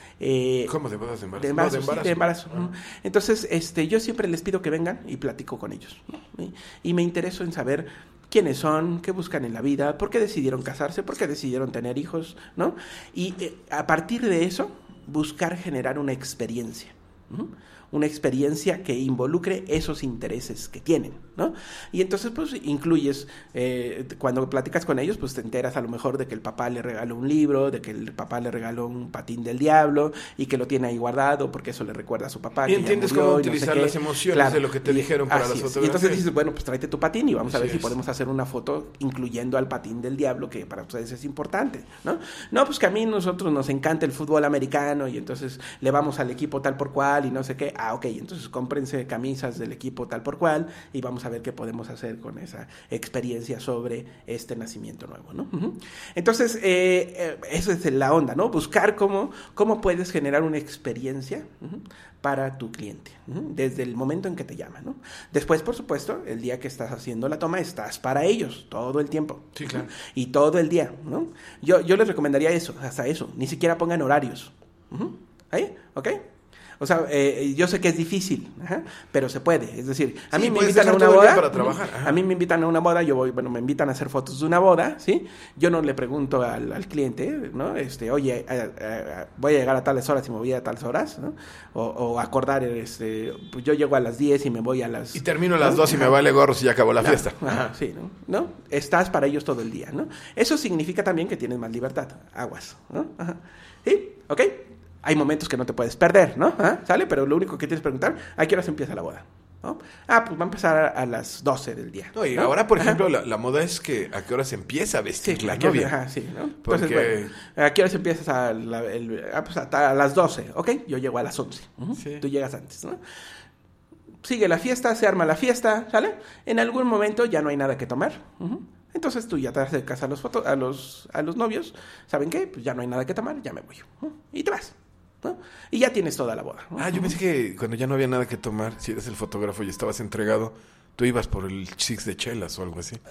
Eh, ¿Cómo de bodas de embarazo? De embarazo, no, de embarazo. Sí, de embarazo. Ah. Entonces, este, yo siempre les pido que vengan y platico con ellos, ¿no? Y, y me intereso en saber quiénes son, qué buscan en la vida, por qué decidieron casarse, por qué decidieron tener hijos, ¿no? Y eh, a partir de eso, buscar generar una experiencia, ¿no? Una experiencia que involucre esos intereses que tienen, ¿no? Y entonces, pues, incluyes, eh, cuando platicas con ellos, pues te enteras a lo mejor de que el papá le regaló un libro, de que el papá le regaló un patín del diablo y que lo tiene ahí guardado porque eso le recuerda a su papá. Y que entiendes murió, cómo y no utilizar sé las emociones, claro, de lo que te y, dijeron para las fotografías. Y entonces dices, bueno, pues tráete tu patín y vamos así a ver es. si podemos hacer una foto incluyendo al patín del diablo, que para ustedes es importante, ¿no? No, pues que a mí nosotros nos encanta el fútbol americano y entonces le vamos al equipo tal por cual y no sé qué. Ah, ok, entonces cómprense camisas del equipo tal por cual y vamos a ver qué podemos hacer con esa experiencia sobre este nacimiento nuevo, ¿no? Uh-huh. Entonces, eh, eh, eso es la onda, ¿no? Buscar cómo, cómo puedes generar una experiencia uh-huh, para tu cliente, uh-huh, desde el momento en que te llama, ¿no? Después, por supuesto, el día que estás haciendo la toma, estás para ellos todo el tiempo. Sí, claro. Uh-huh, y todo el día, ¿no? Yo, yo les recomendaría eso, hasta eso, ni siquiera pongan horarios. Uh-huh. ¿Ahí? ¿Ok? O sea, eh, yo sé que es difícil, ajá, pero se puede. Es decir, a sí, mí me invitan a una boda. Para trabajar. A mí me invitan a una boda, yo voy, bueno, me invitan a hacer fotos de una boda, ¿sí? Yo no le pregunto al, al cliente, ¿no? Este, oye, a, a, a, voy a llegar a tales horas y me voy a tales horas, ¿no? O, o acordar, este, pues yo llego a las diez y me voy a las... Y termino a las dos y me vale gorro si ya acabó la no, fiesta. Ajá, sí, ¿no? ¿no? Estás para ellos todo el día, ¿no? Eso significa también que tienes más libertad, aguas, ¿no? Ajá. ¿Sí? ¿Ok? Hay momentos que no te puedes perder, ¿no? ¿Ah? ¿Sale? Pero lo único que tienes que preguntar, ¿a qué horas empieza la boda? ¿No? Ah, pues va a empezar a, a las doce del día. No, y ¿no? ahora, por ejemplo, la, la moda es que a qué hora se empieza a vestir sí, la qué, novia. Ajá, sí, ¿no? Porque... Entonces, bueno, ¿a qué horas empiezas a, la, el, ah, pues a, a las doce? ¿Ok? Yo llego a las once. Uh-huh. Sí. Tú llegas antes, ¿no? Sigue la fiesta, se arma la fiesta, ¿sale? En algún momento ya no hay nada que tomar. Uh-huh. Entonces tú ya te acercas a los, foto, a los, a los novios. ¿Saben qué? Pues ya no hay nada que tomar, ya me voy. Uh-huh. Y te vas, ¿no? Y ya tienes toda la boda, ¿no? Ah, yo pensé que cuando ya no había nada que tomar, si eres el fotógrafo y estabas entregado, tú ibas por el six de chelas o algo así.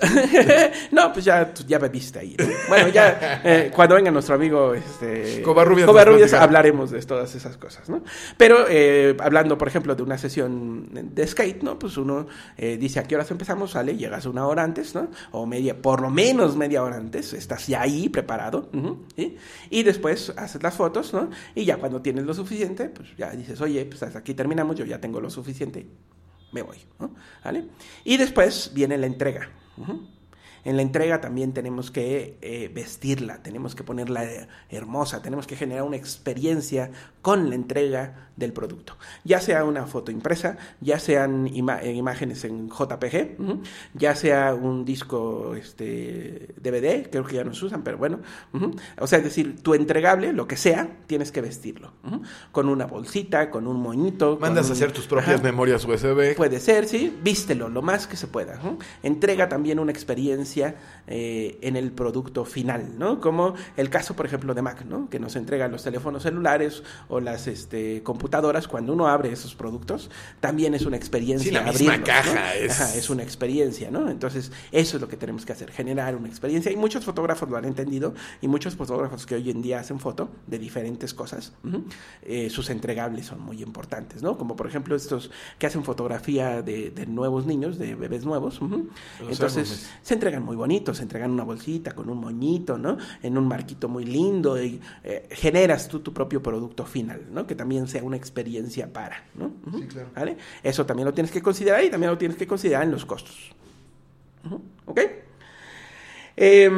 No, pues ya, ya bebiste ahí, ¿no? Bueno, ya eh, cuando venga nuestro amigo este, Covarrubias, Covarrubias hablaremos de todas esas cosas, ¿no? Pero eh, hablando, por ejemplo, de una sesión de skate, ¿no? Pues uno eh, dice a qué horas empezamos, sale, llegas una hora antes, ¿no? O media, por lo menos media hora antes, estás ya ahí preparado, uh-huh, ¿sí? Y después haces las fotos, ¿no? Y ya cuando tienes lo suficiente, pues ya dices, oye, pues hasta aquí terminamos, yo ya tengo lo suficiente, me voy, ¿no? ¿Vale? Y después viene la entrega. Uh-huh. En la entrega también tenemos que eh, vestirla, tenemos que ponerla eh, hermosa, tenemos que generar una experiencia con la entrega del producto. Ya sea una foto impresa, ya sean ima- imágenes en J P G, uh-huh, ya sea un disco este, D V D, creo que ya no se usan, pero bueno. Uh-huh. O sea, es decir, tu entregable, lo que sea, tienes que vestirlo. Uh-huh. Con una bolsita, con un moñito. Mandas un, a hacer tus propias ajá, memorias U S B. Puede ser, sí. Vístelo lo más que se pueda. Uh-huh. Entrega también una experiencia eh, en el producto final, ¿no? Como el caso, por ejemplo, de Mac, ¿no? Que nos entregan los teléfonos celulares o las este, computadoras. Cuando uno abre esos productos, también es una experiencia. Sí, la abrirlos, misma caja, ¿no? es... Ajá, es una experiencia, ¿no? Entonces, eso es lo que tenemos que hacer, generar una experiencia. Y muchos fotógrafos lo han entendido, y muchos fotógrafos que hoy en día hacen foto de diferentes cosas, uh-huh, eh, sus entregables son muy importantes, ¿no? Como por ejemplo estos que hacen fotografía de, de nuevos niños, de bebés nuevos, uh-huh. Entonces árboles. Se entregan muy bonitos, se entregan una bolsita con un moñito, ¿no? En un marquito muy lindo, y eh, generas tú tu propio producto final, ¿no? Que también sea una experiencia para, ¿no? Uh-huh. Sí, claro. ¿Vale? Eso también lo tienes que considerar, y también lo tienes que considerar en los costos. Uh-huh. ¿Ok? Eh,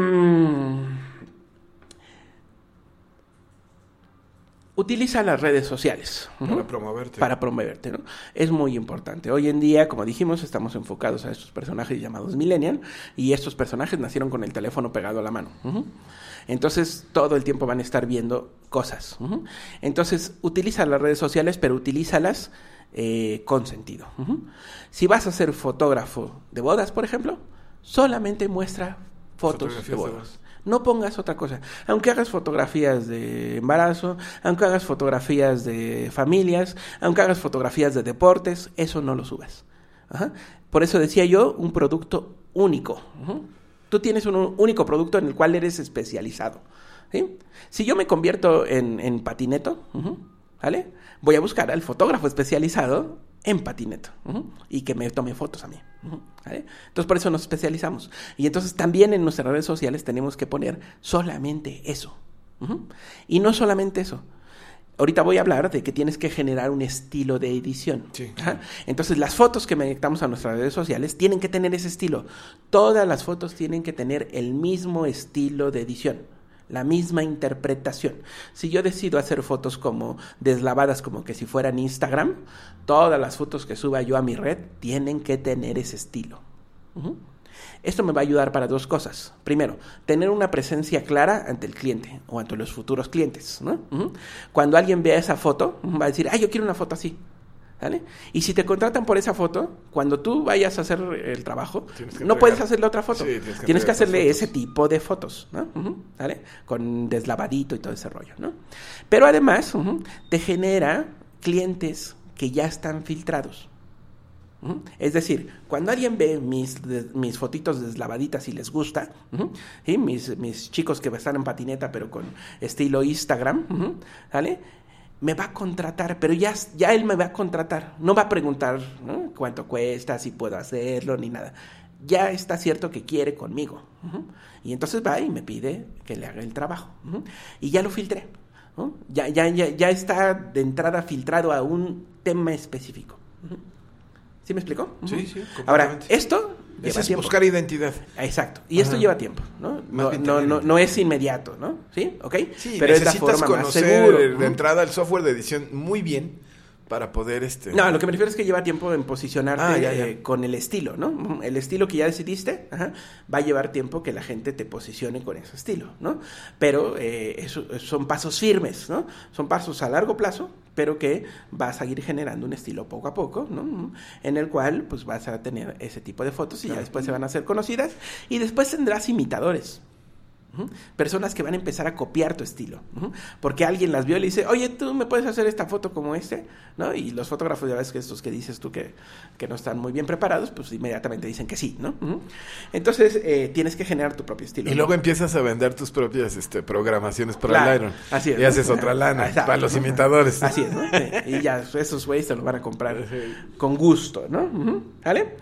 Utiliza las redes sociales. Para uh-huh, promoverte. Para promoverte, ¿no? Es muy importante. Hoy en día, como dijimos, estamos enfocados a estos personajes llamados millennial, y estos personajes nacieron con el teléfono pegado a la mano. Uh-huh. Entonces, todo el tiempo van a estar viendo cosas. Uh-huh. Entonces, utiliza las redes sociales, pero utilízalas eh, con sentido. Uh-huh. Si vas a ser fotógrafo de bodas, por ejemplo, solamente muestra fotos de bodas. De bodas. No pongas otra cosa. Aunque hagas fotografías de embarazo, aunque hagas fotografías de familias, aunque hagas fotografías de deportes, eso no lo subas. Ajá. Por eso decía yo, un producto único. Uh-huh. Tú tienes un único producto en el cual eres especializado. ¿Sí? Si yo me convierto en, en patineto, uh-huh, ¿vale? Voy a buscar al fotógrafo especializado en patineto, uh-huh, y que me tome fotos a mí. Uh-huh, ¿vale? Entonces, por eso nos especializamos. Y entonces también en nuestras redes sociales tenemos que poner solamente eso. Uh-huh. Y no solamente eso. Ahorita voy a hablar de que tienes que generar un estilo de edición. Sí. Ajá. Entonces, las fotos que conectamos a nuestras redes sociales tienen que tener ese estilo. Todas las fotos tienen que tener el mismo estilo de edición, la misma interpretación. Si yo decido hacer fotos como deslavadas, como que si fueran Instagram, todas las fotos que suba yo a mi red tienen que tener ese estilo. Uh-huh. Esto me va a ayudar para dos cosas. Primero, tener una presencia clara ante el cliente o ante los futuros clientes, ¿no? Uh-huh. Cuando alguien vea esa foto, va a decir, ah, yo quiero una foto así. ¿Vale? Y si te contratan por esa foto, cuando tú vayas a hacer el trabajo, no puedes hacerle otra foto. Sí, tienes que, tienes que hacerle ese tipo de fotos, ¿no? Uh-huh, ¿vale? Con deslavadito y todo ese rollo, ¿no? Pero además, uh-huh, te genera clientes que ya están filtrados. Uh-huh. Es decir, cuando alguien ve mis, de, mis fotitos deslavaditas y les gusta, uh-huh, ¿sí? mis, mis chicos que están en patineta pero con estilo Instagram, uh-huh, ¿vale? Me va a contratar, pero ya, ya él me va a contratar. No va a preguntar, ¿no?, cuánto cuesta, si puedo hacerlo, ni nada. Ya está cierto que quiere conmigo. Uh-huh. Y entonces va y me pide que le haga el trabajo. Uh-huh. Y ya lo filtré. ¿No? Ya, ya, ya, ya está de entrada filtrado a un tema específico. Uh-huh. ¿Sí me explicó? Uh-huh. Sí, sí. Ahora, esto... Es tiempo. Buscar identidad. Exacto. Y esto Ajá. lleva tiempo, ¿no? No, no, no, no es inmediato, ¿no? ¿Sí? ¿Ok? Sí, pero es la forma más segura. De uh-huh. entrada el software de edición muy bien para poder... este No, lo que me refiero es que lleva tiempo en posicionarte ah, ya, ya. Eh, con el estilo, ¿no? El estilo que ya decidiste, ajá, va a llevar tiempo que la gente te posicione con ese estilo, ¿no? Pero eh, eso, son pasos firmes, ¿no? Son pasos a largo plazo, pero que vas a ir generando un estilo poco a poco, ¿no? En el cual, pues, vas a tener ese tipo de fotos y claro. ya después se van a hacer conocidas y después tendrás imitadores. Uh-huh. Personas que van a empezar a copiar tu estilo, uh-huh. porque alguien las vio y le dice, oye, tú me puedes hacer esta foto como este, ¿no? Y los fotógrafos, ya ves que estos que dices tú que, que no están muy bien preparados, pues inmediatamente dicen que sí, ¿no? Uh-huh. Entonces eh, tienes que generar tu propio estilo. Y ¿no? luego empiezas a vender tus propias este, programaciones para claro, el Lightroom. Así es. Y ¿no? haces otra lana Exacto, para los ¿no? imitadores. Así es, ¿no? Y ya esos güeyes te lo van a comprar con gusto, ¿no? Uh-huh. ¿Vale?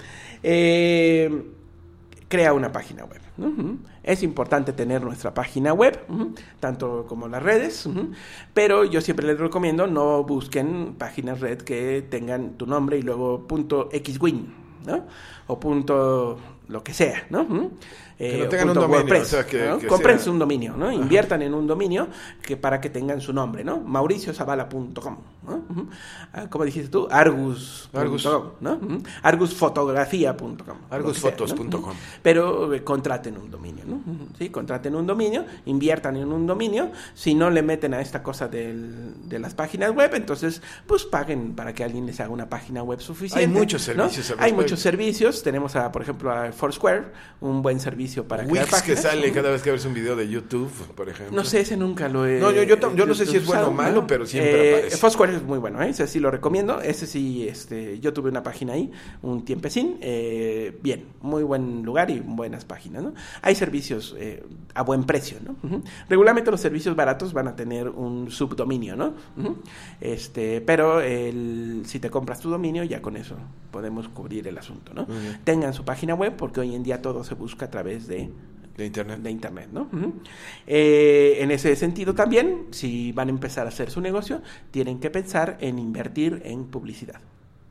Eh, crea una página web. Uh-huh. Es importante tener nuestra página web, uh-huh, tanto como las redes, uh-huh, pero yo siempre les recomiendo no busquen páginas red que tengan tu nombre y luego punto xwin, ¿no? O punto lo que sea, ¿no? ¿Mm? Que Eh, no tengan un punto dominio, WordPress, o sea, que- ¿no? que Cómprense sea- un dominio, ¿no? Ajá. Inviertan en un dominio que para que tengan su nombre, ¿no? mauricio zavala punto com, ¿no? Ujú. Ah, ¿cómo dijiste tú? Argus. Argus. punto com, ¿no? Ujú. Argus fotografía punto com. argus fotos punto com. Pero eh, contraten un dominio, ¿no? Ujú. Sí, contraten un dominio, inviertan en un dominio. Si no le meten a esta cosa del, de las páginas web, entonces, pues paguen para que alguien les haga una página web suficiente. Hay muchos ¿no? servicios al Hay respecto. muchos servicios. Tenemos, a, por ejemplo, a Foursquare, un buen servicio para crear Wix, que páginas. sale Ujú. cada vez que ves un video de YouTube, por ejemplo. No sé, ese nunca lo he... No, yo- yo tam- yo no sé si es bueno o usado, malo, ¿no? pero siempre Eh, aparece. Foursquare es muy bueno, ¿eh? Ese sí lo recomiendo. Ese sí, este, yo tuve una página ahí, un tiempecín. Eh, bien, muy buen lugar y buenas páginas, ¿no? Hay servicios eh, a buen precio, ¿no? Ujú. Regularmente los servicios baratos van a tener un subdominio, ¿no? Ujú. Este, pero el, si te compras tu dominio, ya con eso podemos cubrir el asunto, ¿no? Muy bien. Tengan su página web, porque hoy en día todo se busca a través de De internet. de internet, ¿no? Ujú. Eh, en ese sentido también, si van a empezar a hacer su negocio, tienen que pensar en invertir en publicidad.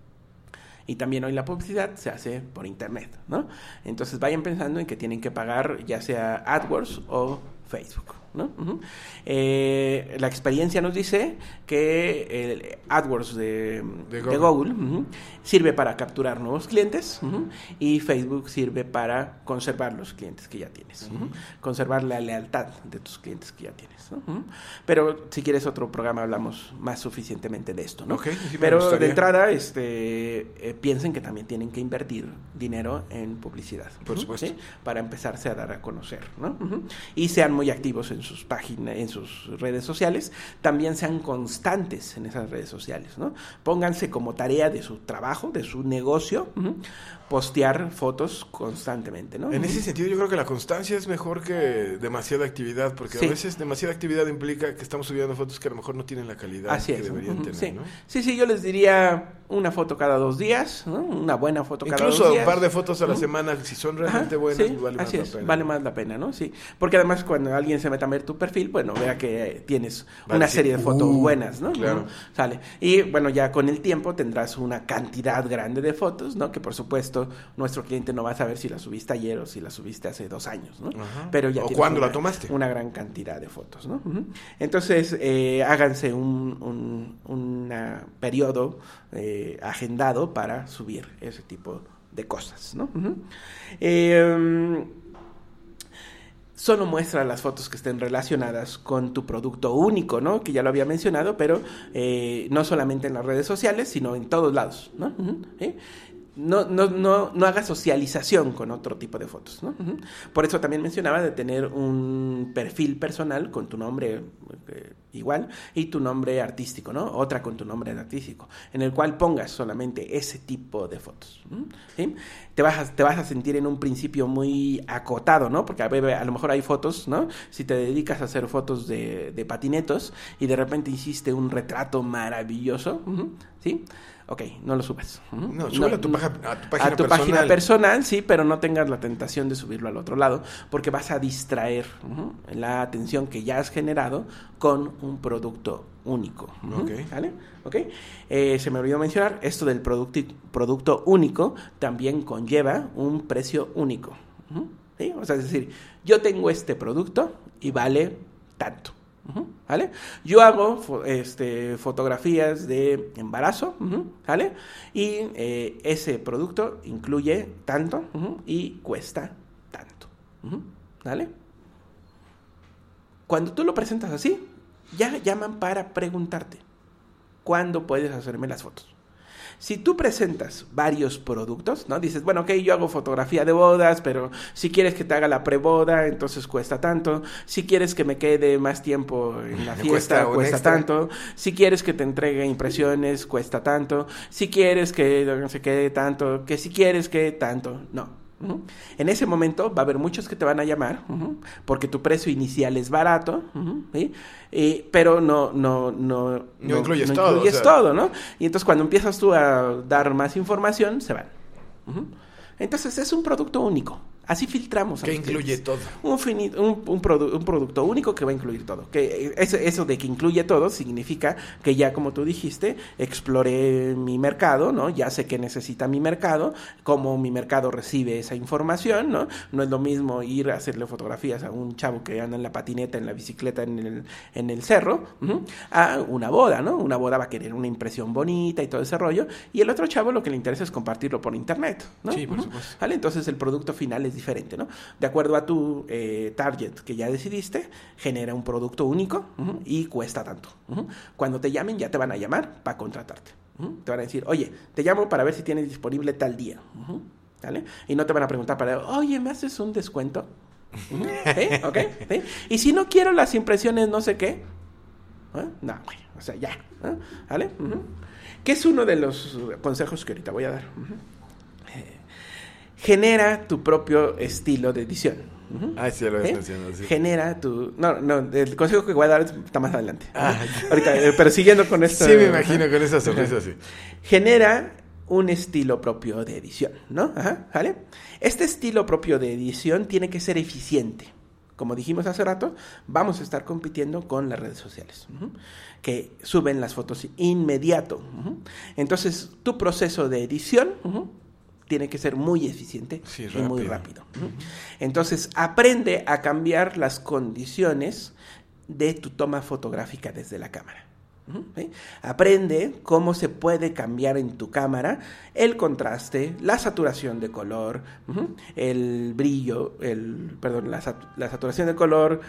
Y también hoy la publicidad se hace por internet, ¿no? Entonces vayan pensando en que tienen que pagar ya sea AdWords o Facebook, ¿no? Ujú. Eh, la experiencia nos dice que el AdWords de, De de Google. Google, ujú, sirve para capturar nuevos clientes, ujú, y Facebook sirve para conservar los clientes que ya tienes, ujú, conservar la lealtad de tus clientes que ya tienes, ¿no? Ujú. Pero si quieres otro programa hablamos más suficientemente de esto, ¿no? Ok, sí me Pero gustaría. de entrada este, eh, piensen que también tienen que invertir dinero en publicidad. Por Ujú, supuesto. ¿sí? Para empezarse a dar a conocer, ¿no? Ujú. Y sean muy activos en sus páginas, en sus redes sociales. También sean constantes en esas redes sociales, ¿no? Pónganse como tarea de su trabajo, de su negocio, ujú, postear fotos constantemente, ¿no? En Ujú. ese sentido, yo creo que la constancia es mejor que demasiada actividad, porque Sí. a veces demasiada actividad implica que estamos subiendo fotos que a lo mejor no tienen la calidad Así que es. deberían Ujú, tener, sí. ¿no? sí, sí, yo les diría una foto cada dos días, ¿no? Una buena foto cada Incluso dos un días. par de fotos a la Ujú. semana, si son Ajá, realmente buenas, sí, vale más así la es, pena. vale más la pena, ¿no? Sí, porque además cuando alguien se meta a ver tu perfil, bueno, vea que tienes Va a una decir, serie de fotos "Uh", buenas, ¿no? claro. Ujú, sale. Y bueno, ya con el tiempo tendrás una cantidad grande de fotos, ¿no? Que por supuesto nuestro cliente no va a saber si la subiste ayer o si la subiste hace dos años, ¿no? Ajá. Pero ya O tienes cuándo una- la tomaste. Una gran cantidad de fotos, ¿no? Ujú. Entonces, eh, háganse un, un una periodo eh, agendado para subir ese tipo de cosas, ¿no? Ujú. Eh, solo muestra las fotos que estén relacionadas con tu producto único, ¿no? Que ya lo había mencionado, pero eh, no solamente en las redes sociales, sino en todos lados, ¿no? Ujú, ¿sí? No, no, no, no haga socialización con otro tipo de fotos, ¿no? Ujú. Por eso también mencionaba de tener un perfil personal con tu nombre eh, igual y tu nombre artístico, ¿no? Otra con tu nombre artístico, en el cual pongas solamente ese tipo de fotos, ¿sí? Te vas a, te vas a sentir en un principio muy acotado, ¿no? Porque a, ver, a lo mejor hay fotos, ¿no? Si te dedicas a hacer fotos de, de patinetos y de repente hiciste un retrato maravilloso, ¿sí? ¿Sí? Ok, no lo subas. ¿Mm? No, súbelo a tu paja- a tu página a tu personal. página personal, sí, pero no tengas la tentación de subirlo al otro lado, porque vas a distraer ujú, la atención que ya has generado con un producto único. Ujú, Ok. ¿vale? Ok. Eh, se me olvidó mencionar, esto del producto, producto único también conlleva un precio único. Ujú, ¿sí? O sea, es decir, yo tengo este producto y vale tanto. Uh-huh, ¿vale? Yo hago fo- este, fotografías de embarazo, uh-huh, ¿vale? Y eh, ese producto incluye tanto uh-huh, y cuesta tanto, uh-huh, ¿vale? Cuando tú lo presentas así, ya llaman para preguntarte ¿cuándo puedes hacerme las fotos? Si tú presentas varios productos, ¿no? Dices, bueno, ok, yo hago fotografía de bodas, pero si quieres que te haga la preboda, entonces cuesta tanto. Si quieres que me quede más tiempo en la Me fiesta, cuesta un cuesta, extra. tanto. Si quieres que te entregue impresiones, cuesta tanto. Si quieres que no se quede tanto, que si quieres que tanto, no. Ujú. En ese momento va a haber muchos que te van a llamar, ujú, porque tu precio inicial es barato, ujú, ¿sí? Eh, pero no no no No incluyes todo, incluyes o sea. todo, ¿no? Y entonces cuando empiezas tú a dar más información se van. Ujú. Entonces es un producto único, Así filtramos. Que incluye todo. Un, fini- un, un, produ- un producto único que va a incluir todo. Que eso, eso de que incluye todo significa que ya, como tú dijiste, exploré mi mercado, ¿no? Ya sé qué necesita mi mercado, cómo mi mercado recibe esa información, ¿no? No es lo mismo ir a hacerle fotografías a un chavo que anda en la patineta, en la bicicleta, en el, en el cerro, uh-huh, a una boda, ¿no? Una boda va a querer una impresión bonita y todo ese rollo, y el otro chavo lo que le interesa es compartirlo por internet, ¿no? Sí, por uh-huh. supuesto. ¿Vale? Entonces el producto final es diferente, ¿no? De acuerdo a tu eh, target que ya decidiste, genera un producto único, uh-huh, y cuesta tanto. Uh-huh. Cuando te llamen, ya te van a llamar para contratarte. Uh-huh. Te van a decir, oye, te llamo para ver si tienes disponible tal día. Uh-huh. ¿Vale? Y no te van a preguntar para, oye, ¿me haces un descuento? Uh-huh. ¿Sí? ¿Ok? ¿Sí? Y si no quiero las impresiones no sé qué, ¿eh? No, güey, o sea, ya. ¿Eh? ¿Vale? Uh-huh. ¿Qué es uno de los consejos que ahorita voy a dar? Uh-huh. Genera tu propio estilo de edición. Uh-huh. Ah, sí, ya lo habías ¿Eh? mencionado, sí. Genera tu... No, no, el consejo que voy a dar está más adelante. Ah, ¿no? Ahorita, eh, pero siguiendo con esto... Sí, me imagino, con esa sonrisa, sí. Genera un estilo propio de edición, ¿no? Ajá, ¿vale? Este estilo propio de edición tiene que ser eficiente. Como dijimos hace rato, vamos a estar compitiendo con las redes sociales, uh-huh, que suben las fotos inmediato. Uh-huh. Entonces, tu proceso de edición... Uh-huh, tiene que ser muy eficiente, sí, y muy rápido. Uh-huh. Entonces, aprende a cambiar las condiciones de tu toma fotográfica desde la cámara. Uh-huh. ¿Sí? Aprende cómo se puede cambiar en tu cámara el contraste, la saturación de color, uh-huh, el brillo, el, perdón, la, sat- la saturación de color,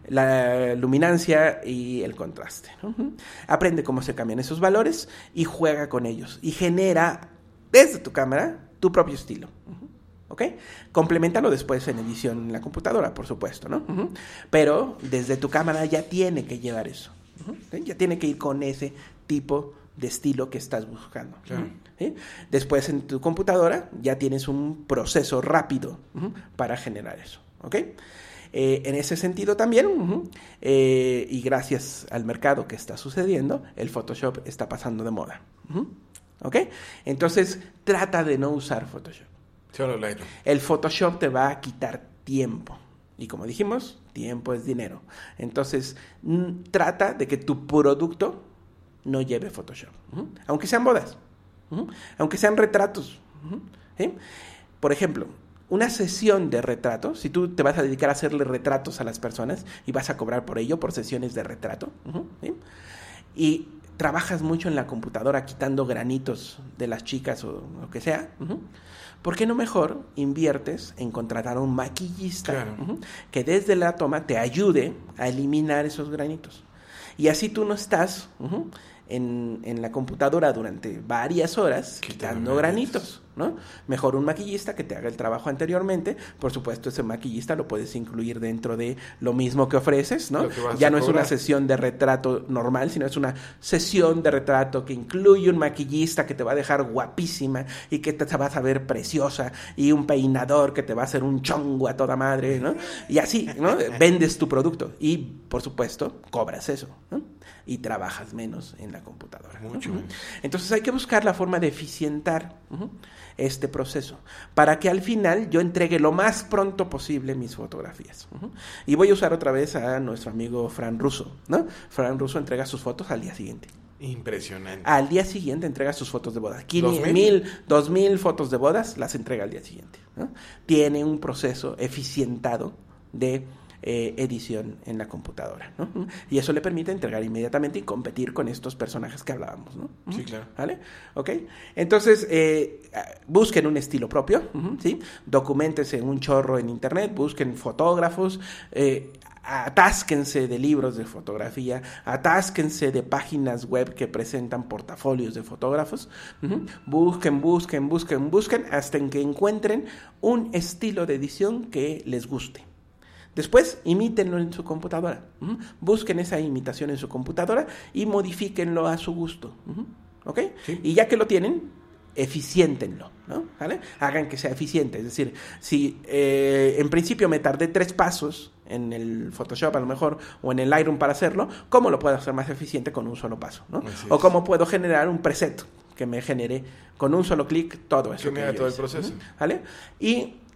la luminancia y el contraste. Uh-huh. Aprende cómo se cambian esos valores y juega con ellos. Y genera desde tu cámara tu propio estilo. Uh-huh. ¿Ok? Compleméntalo después en edición en la computadora, por supuesto, ¿no? Uh-huh. Pero desde tu cámara ya tiene que llevar eso. Uh-huh. ¿Sí? Ya tiene que ir con ese tipo de estilo que estás buscando. Claro. ¿Sí? Después en tu computadora ya tienes un proceso rápido, uh-huh, para generar eso. ¿Ok? Eh, en ese sentido también, uh-huh, eh, y gracias al mercado que está sucediendo, el Photoshop está pasando de moda. Uh-huh. ¿Ok? Entonces, trata de no usar Photoshop. Solo Lightroom. El Photoshop te va a quitar tiempo. Y como dijimos, tiempo es dinero. Entonces, n- trata de que tu producto no lleve Photoshop. Uh-huh. Aunque sean bodas. Uh-huh. Aunque sean retratos. Uh-huh. ¿Sí? Por ejemplo, una sesión de retrato, si tú te vas a dedicar a hacerle retratos a las personas y vas a cobrar por ello, por sesiones de retrato, uh-huh, ¿sí? Y trabajas mucho en la computadora quitando granitos de las chicas o lo que sea, uh-huh, ¿por qué no mejor inviertes en contratar a un maquillista, claro, uh-huh, que desde la toma te ayude a eliminar esos granitos? Y así tú no estás, uh-huh, en, en la computadora durante varias horas quitando granitos, ¿no? Mejor un maquillista que te haga el trabajo anteriormente. Por supuesto, ese maquillista lo puedes incluir dentro de lo mismo que ofreces, ¿no? Que ya no es una sesión de retrato normal, sino es una sesión de retrato que incluye un maquillista que te va a dejar guapísima y que te vas a ver preciosa, y un peinador que te va a hacer un chongo a toda madre, ¿no? Y así, ¿no? Vendes tu producto y, por supuesto, cobras eso, ¿no? Y trabajas menos en la computadora. Mucho. Uh-huh. Entonces hay que buscar la forma de eficientar, uh-huh, este proceso para que al final yo entregue lo más pronto posible mis fotografías. Uh-huh. Y voy a usar otra vez a nuestro amigo Fran Russo, ¿no? Fran Russo entrega sus fotos al día siguiente. Impresionante. Al día siguiente entrega sus fotos de bodas. quinientas mil, dos mil fotos de bodas las entrega al día siguiente, ¿no? Tiene un proceso eficientado de Eh, edición en la computadora, ¿no? Y eso le permite entregar inmediatamente y competir con estos personajes que hablábamos, ¿no? Sí, claro. ¿Vale? ¿Ok? Entonces, eh, busquen un estilo propio, ¿sí? Documentense un chorro en internet, busquen fotógrafos, eh, atásquense de libros de fotografía, atásquense de páginas web que presentan portafolios de fotógrafos, uh-huh. busquen, busquen, busquen, busquen, hasta en que encuentren un estilo de edición que les guste. Después, imítenlo en su computadora. Uh-huh. Busquen esa imitación en su computadora y modifíquenlo a su gusto. Uh-huh. ¿Ok? Sí. Y ya que lo tienen, eficiéntenlo, ¿no? ¿Vale? Hagan que sea eficiente. Es decir, si eh, en principio me tardé tres pasos en el Photoshop a lo mejor, o en el Lightroom para hacerlo, ¿cómo lo puedo hacer más eficiente con un solo paso, ¿no? O cómo puedo generar un preset que me genere con un solo clic todo eso. Que me haga todo el proceso. Uh-huh. ¿Vale? Y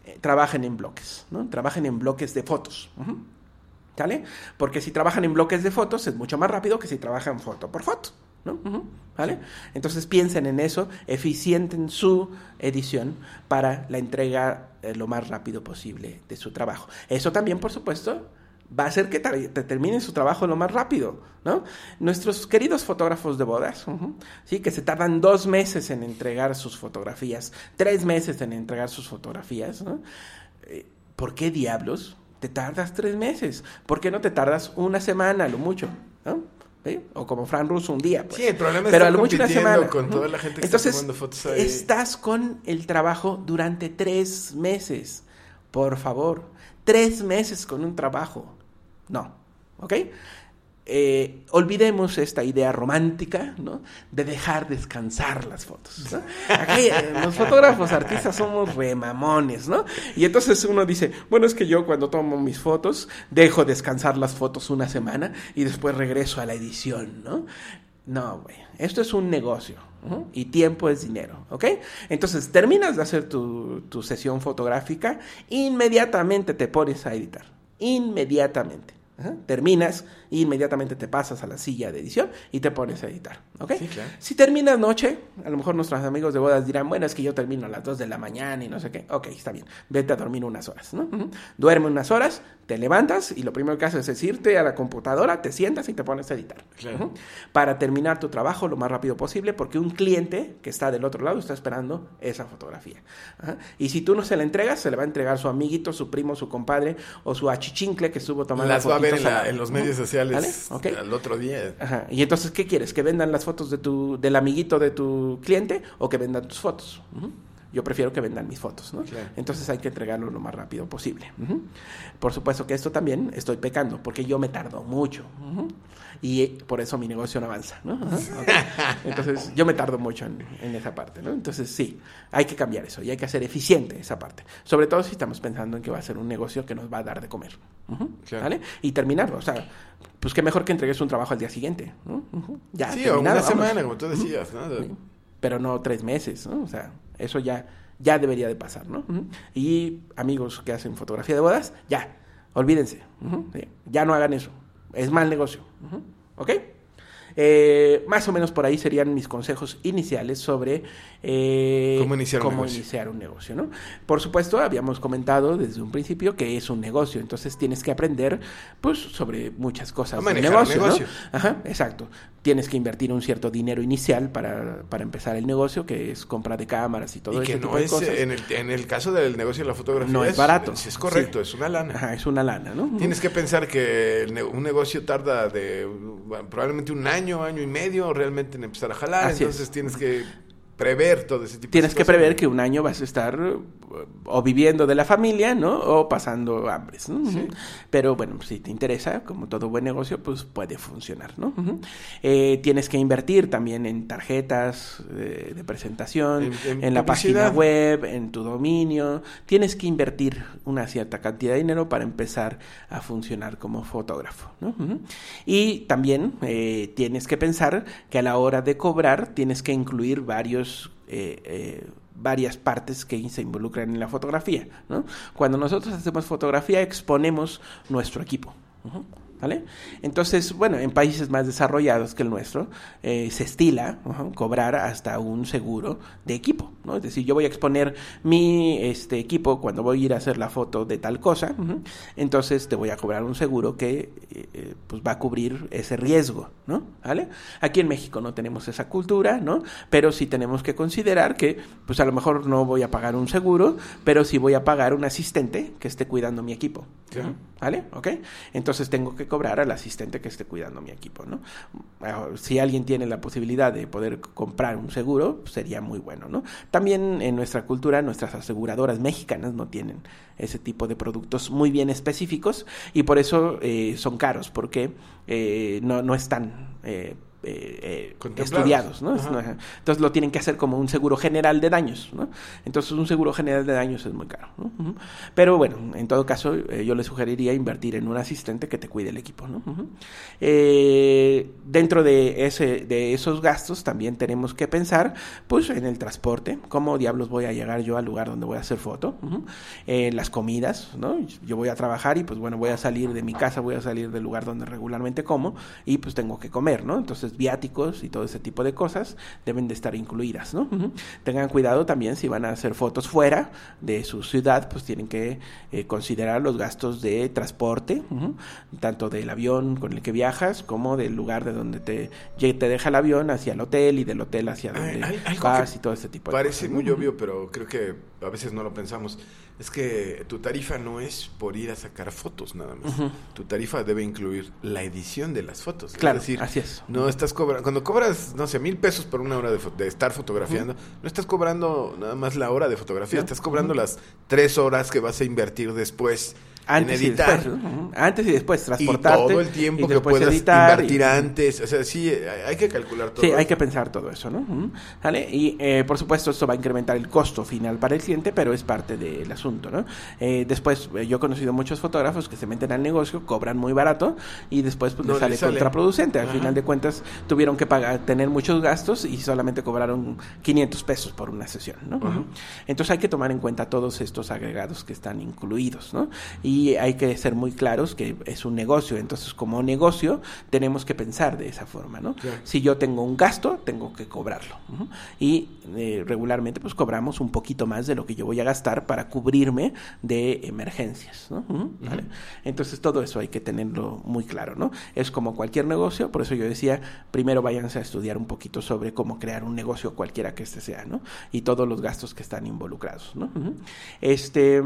eh, trabajen en bloques, ¿no? Trabajen en bloques de fotos. Uh-huh. ¿Vale? Porque si trabajan en bloques de fotos es mucho más rápido que si trabajan foto por foto, ¿no? Uh-huh. ¿Vale? Entonces piensen en eso, eficienten su edición para la entrega eh, lo más rápido posible de su trabajo. Eso también, por supuesto, va a hacer que te, te terminen su trabajo lo más rápido, ¿no? Nuestros queridos fotógrafos de bodas, uh-huh, ¿sí? Que se tardan dos meses en entregar sus fotografías, tres meses en entregar sus fotografías, ¿no? Eh, ¿Por qué diablos te tardas tres meses? ¿Por qué no te tardas una semana a lo mucho, ¿no? ¿Sí? O como Fran Russo un día, pues. Sí, el problema es pero estar a lo mucho una semana con toda la gente que Entonces, está tomando fotos ahí. Estás con el trabajo durante tres meses. Por favor, tres meses con un trabajo. No, ¿ok? Eh, olvidemos esta idea romántica, ¿no? De dejar descansar las fotos, ¿no? Aquí, eh, los fotógrafos artistas somos remamones, ¿no? Y entonces uno dice, bueno, es que yo cuando tomo mis fotos dejo descansar las fotos una semana y después regreso a la edición, ¿no? No, güey, esto es un negocio, ¿no? Y tiempo es dinero, ¿ok? Entonces terminas de hacer tu, tu sesión fotográfica, inmediatamente te pones a editar, inmediatamente. Ajá. Terminas e inmediatamente te pasas a la silla de edición y te pones a editar, ¿ok? Sí, claro. Si terminas noche, a lo mejor nuestros amigos de bodas dirán, bueno, es que yo termino a las dos de la mañana y no sé qué. Ok, está bien, vete a dormir unas horas, ¿no? Uh-huh. Duerme unas horas, te levantas y lo primero que haces es irte a la computadora, te sientas y te pones a editar. Claro. Uh-huh. Para terminar tu trabajo lo más rápido posible, porque un cliente que está del otro lado está esperando esa fotografía. Ajá. Y si tú no se la entregas, se le va a entregar su amiguito, su primo, su compadre o su achichincle que estuvo tomando las va a ver en, la, a... en los medios sociales, ¿vale? Okay. Al otro día. Ajá. Y entonces, ¿qué quieres? ¿Que vendan las fotos de tu, del amiguito de tu cliente o que vendan tus fotos? Uh-huh. Yo prefiero que vendan mis fotos, ¿no? Claro. Entonces hay que entregarlo lo más rápido posible. Uh-huh. Por supuesto que esto también estoy pecando, porque yo me tardo mucho. Uh-huh. Y por eso mi negocio no avanza, ¿no? Uh-huh. Okay. Entonces yo me tardo mucho en, en esa parte, ¿no? Entonces sí, hay que cambiar eso y hay que hacer eficiente esa parte. Sobre todo si estamos pensando en que va a ser un negocio que nos va a dar de comer. Uh-huh. Claro. ¿Vale? Y terminarlo, o sea, pues qué mejor que entregues un trabajo al día siguiente, ¿no? Uh-huh. Ya, sí, o una vamos. semana, como tú decías, ¿no? Sí. Pero no tres meses, ¿no? O sea, eso ya, ya debería de pasar, ¿no? Uh-huh. Y amigos que hacen fotografía de bodas, ya, olvídense, uh-huh. ¿Sí? Ya no hagan eso, es mal negocio, uh-huh. ¿Ok? Eh, más o menos por ahí serían mis consejos iniciales sobre eh, cómo, iniciar, cómo un iniciar un negocio, ¿no? Por supuesto, habíamos comentado desde un principio que es un negocio, entonces tienes que aprender pues sobre muchas cosas del negocio, negocio. ¿no? Ajá, exacto. Tienes que invertir un cierto dinero inicial para, para empezar el negocio, que es compra de cámaras y todo y ese que tipo no de es, cosas. En el, en el caso del negocio de la fotografía no es, es barato. Es, es correcto, sí. Es una lana. Ajá, es una lana, ¿no? Tienes que pensar que el ne- un negocio tarda de bueno, probablemente un año, año y medio realmente en empezar a jalar, Así entonces es. Tienes que prever todo ese tipo Tienes de que prever que un año vas a estar o viviendo de la familia, ¿no? O pasando hambres, ¿no? Sí. Uh-huh. Pero bueno, si te interesa, como todo buen negocio, pues puede funcionar, ¿no? Uh-huh. Eh, tienes que invertir también en tarjetas eh, de presentación, en, en, en la página web, en tu dominio. Tienes que invertir una cierta cantidad de dinero para empezar a funcionar como fotógrafo, ¿no? Uh-huh. Y también eh, tienes que pensar que a la hora de cobrar tienes que incluir varios Eh, eh, varias partes que se involucran en la fotografía, ¿no? Cuando nosotros hacemos fotografía exponemos nuestro equipo, uh-huh. ¿Vale? Entonces, bueno, en países más desarrollados que el nuestro, eh, se estila uh-huh, cobrar hasta un seguro de equipo, ¿no? Es decir, yo voy a exponer mi este equipo cuando voy a ir a hacer la foto de tal cosa, uh-huh, entonces te voy a cobrar un seguro que eh, pues va a cubrir ese riesgo, ¿no? ¿Vale? Aquí en México no tenemos esa cultura, ¿no? Pero sí tenemos que considerar que, pues a lo mejor no voy a pagar un seguro, pero sí voy a pagar un asistente que esté cuidando mi equipo, ¿sí? ¿Vale? ¿Ok? Entonces tengo que cobrar al asistente que esté cuidando mi equipo, ¿no? Si alguien tiene la posibilidad de poder comprar un seguro, sería muy bueno, ¿no? También en nuestra cultura, nuestras aseguradoras mexicanas no tienen ese tipo de productos muy bien específicos y por eso eh, son caros, porque eh, no, no están eh, Eh, eh, estudiados, ¿no? ¿no? Entonces lo tienen que hacer como un seguro general de daños, ¿no? Entonces un seguro general de daños es muy caro, ¿no? Uh-huh. Pero bueno, en todo caso eh, yo le sugeriría invertir en un asistente que te cuide el equipo, ¿no? Uh-huh. Eh, dentro de ese de esos gastos también tenemos que pensar pues en el transporte, cómo diablos voy a llegar yo al lugar donde voy a hacer foto, uh-huh. eh, las comidas, ¿no? Yo voy a trabajar y pues bueno, voy a salir de mi casa, voy a salir del lugar donde regularmente como y pues tengo que comer, ¿no? Entonces viáticos y todo ese tipo de cosas deben de estar incluidas, ¿no? Uh-huh. Tengan cuidado también si van a hacer fotos fuera de su ciudad, pues tienen que eh, considerar los gastos de transporte, uh-huh. tanto del avión con el que viajas como del lugar de donde te, te deja el avión hacia el hotel y del hotel hacia donde Ay, ay, vas y todo ese tipo de parece cosas. Parece muy uh-huh. obvio, pero creo que a veces no lo pensamos. Es que tu tarifa no es por ir a sacar fotos nada más. Uh-huh. Tu tarifa debe incluir la edición de las fotos. Claro, es decir, así es. No estás cobrando, cuando cobras, no sé, mil pesos por una hora de, fo- de estar fotografiando, uh-huh. no estás cobrando nada más la hora de fotografía, no. estás cobrando uh-huh. las tres horas que vas a invertir después. Antes en editar. Y después, uh-huh. Antes y después transportarte. Y todo el tiempo que puedas invertir y... antes. O sea, sí, hay que calcular todo. Sí, hay que pensar todo eso, ¿no? Uh-huh. ¿Vale? Y eh, por supuesto esto va a incrementar el costo final para el cliente, pero es parte del asunto, ¿no? Eh, después, eh, yo he conocido muchos fotógrafos que se meten al negocio, cobran muy barato y después pues, no les sale, les sale contraproducente. Al Ajá. final de cuentas tuvieron que pagar, tener muchos gastos y solamente cobraron quinientos pesos por una sesión, ¿no? Uh-huh. Entonces hay que tomar en cuenta todos estos agregados que están incluidos, ¿no? Y Y hay que ser muy claros que es un negocio. Entonces, como negocio, tenemos que pensar de esa forma, ¿no? Claro. Si yo tengo un gasto, tengo que cobrarlo. Uh-huh. Y eh, regularmente, pues, cobramos un poquito más de lo que yo voy a gastar para cubrirme de emergencias, ¿no? Uh-huh. Uh-huh. ¿Vale? Entonces, todo eso hay que tenerlo muy claro, ¿no? Es como cualquier negocio. Por eso yo decía, primero váyanse a estudiar un poquito sobre cómo crear un negocio, cualquiera que este sea, ¿no? Y todos los gastos que están involucrados, ¿no? Uh-huh. Este...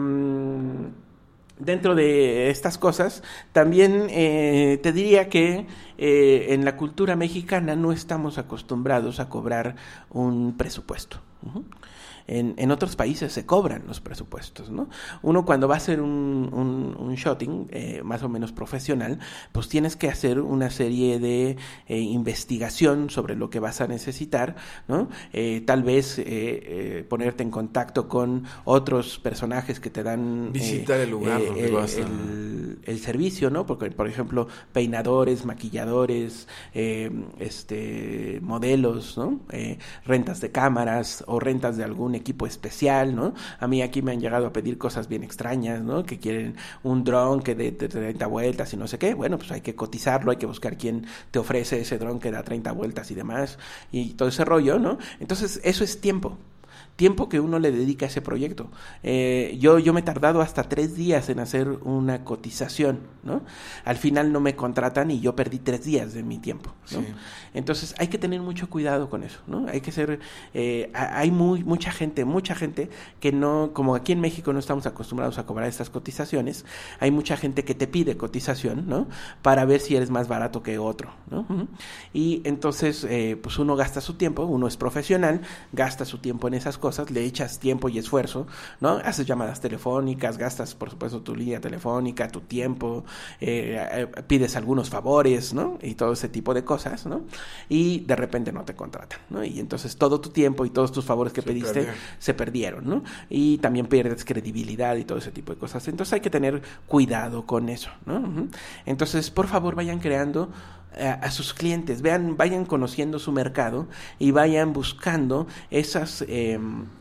Mmm, Dentro de estas cosas, también eh, te diría que eh, en la cultura mexicana no estamos acostumbrados a cobrar un presupuesto. Uh-huh. En, en otros países se cobran los presupuestos, ¿no? Uno cuando va a hacer un, un, un shooting eh, más o menos profesional, pues tienes que hacer una serie de eh, investigación sobre lo que vas a necesitar, ¿no? Eh, tal vez eh, eh, ponerte en contacto con otros personajes que te dan... Visitar eh, el lugar eh, donde el, vas a... el, el servicio, ¿no? Porque, por ejemplo, peinadores, maquilladores, eh, este, modelos, ¿no? Eh, rentas de cámaras o rentas de algún equipo especial, ¿no? A mí aquí me han llegado a pedir cosas bien extrañas, ¿no? Que quieren un dron que dé treinta vueltas y no sé qué. Bueno, pues hay que cotizarlo, hay que buscar quién te ofrece ese dron que da treinta vueltas y demás, y todo ese rollo, ¿no? Entonces, eso es tiempo. Tiempo que uno le dedica a ese proyecto. Eh, yo, yo me he tardado hasta tres días en hacer una cotización, ¿no? Al final no me contratan y yo perdí tres días de mi tiempo, ¿no? Sí. Entonces hay que tener mucho cuidado con eso, ¿no? Hay que ser, eh, hay muy mucha gente, mucha gente que no, como aquí en México no estamos acostumbrados a cobrar estas cotizaciones, hay mucha gente que te pide cotización, ¿no? Para ver si eres más barato que otro, ¿no? Uh-huh. Y entonces, eh, pues uno gasta su tiempo, uno es profesional, gasta su tiempo en esas cosas, le echas tiempo y esfuerzo, ¿no? Haces llamadas telefónicas, gastas, por supuesto, tu línea telefónica, tu tiempo, eh, eh, pides algunos favores, ¿no? Y todo ese tipo de cosas, ¿no? Y de repente no te contratan, ¿no? Y entonces todo tu tiempo y todos tus favores que se pediste perdió. se perdieron, ¿no? Y también pierdes credibilidad y todo ese tipo de cosas. Entonces hay que tener cuidado con eso, ¿no? Uh-huh. Entonces, por favor, vayan creando a, a sus clientes, vean, vayan conociendo su mercado y vayan buscando esas eh,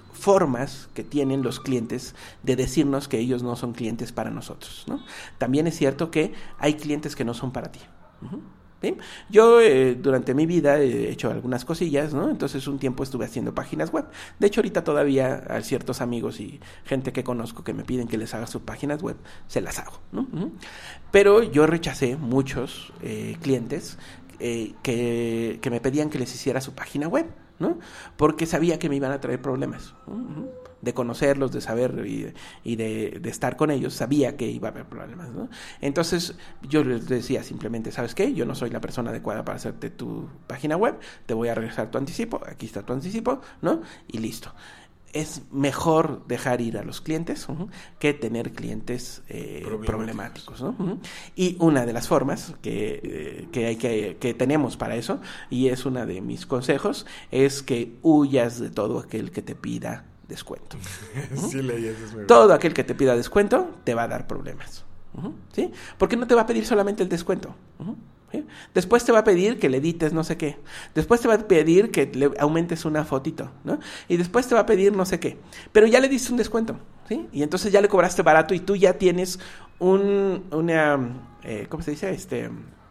formas que tienen los clientes de decirnos que ellos no son clientes para nosotros, ¿no? También es cierto que hay clientes que no son para ti. Uh-huh. ¿Sí? Yo eh, durante mi vida he hecho algunas cosillas, ¿no? Entonces un tiempo estuve haciendo páginas web. De hecho ahorita todavía hay ciertos amigos y gente que conozco que me piden que les haga sus páginas web, se las hago, ¿no? Uh-huh. Pero yo rechacé muchos eh, clientes eh, que, que me pedían que les hiciera su página web, ¿no? Porque sabía que me iban a traer problemas. Uh-huh. De conocerlos, de saber y, y de, de estar con ellos, sabía que iba a haber problemas, ¿no? Entonces yo les decía simplemente, ¿sabes qué? Yo no soy la persona adecuada para hacerte tu página web, te voy a regresar tu anticipo, aquí está tu anticipo, ¿no? Y listo. es mejor dejar ir a los clientes uh-huh, que tener clientes eh, problemáticos, problemáticos ¿no? Uh-huh. Y una de las formas que, eh, que, hay que, que tenemos para eso, y es uno de mis consejos, es que huyas de todo aquel que te pida descuento. Uh-huh. Sí, leí eso, es muy todo aquel que te pida descuento te va a dar problemas. Uh-huh. ¿Sí? Porque no te va a pedir solamente el descuento. Uh-huh. ¿Sí? Después te va a pedir que le edites no sé qué. Después te va a pedir que le aumentes una fotito, ¿no? Y después te va a pedir no sé qué. Pero ya le diste un descuento, ¿sí? Y entonces ya le cobraste barato y tú ya tienes un, una, eh, ¿cómo se dice? Este...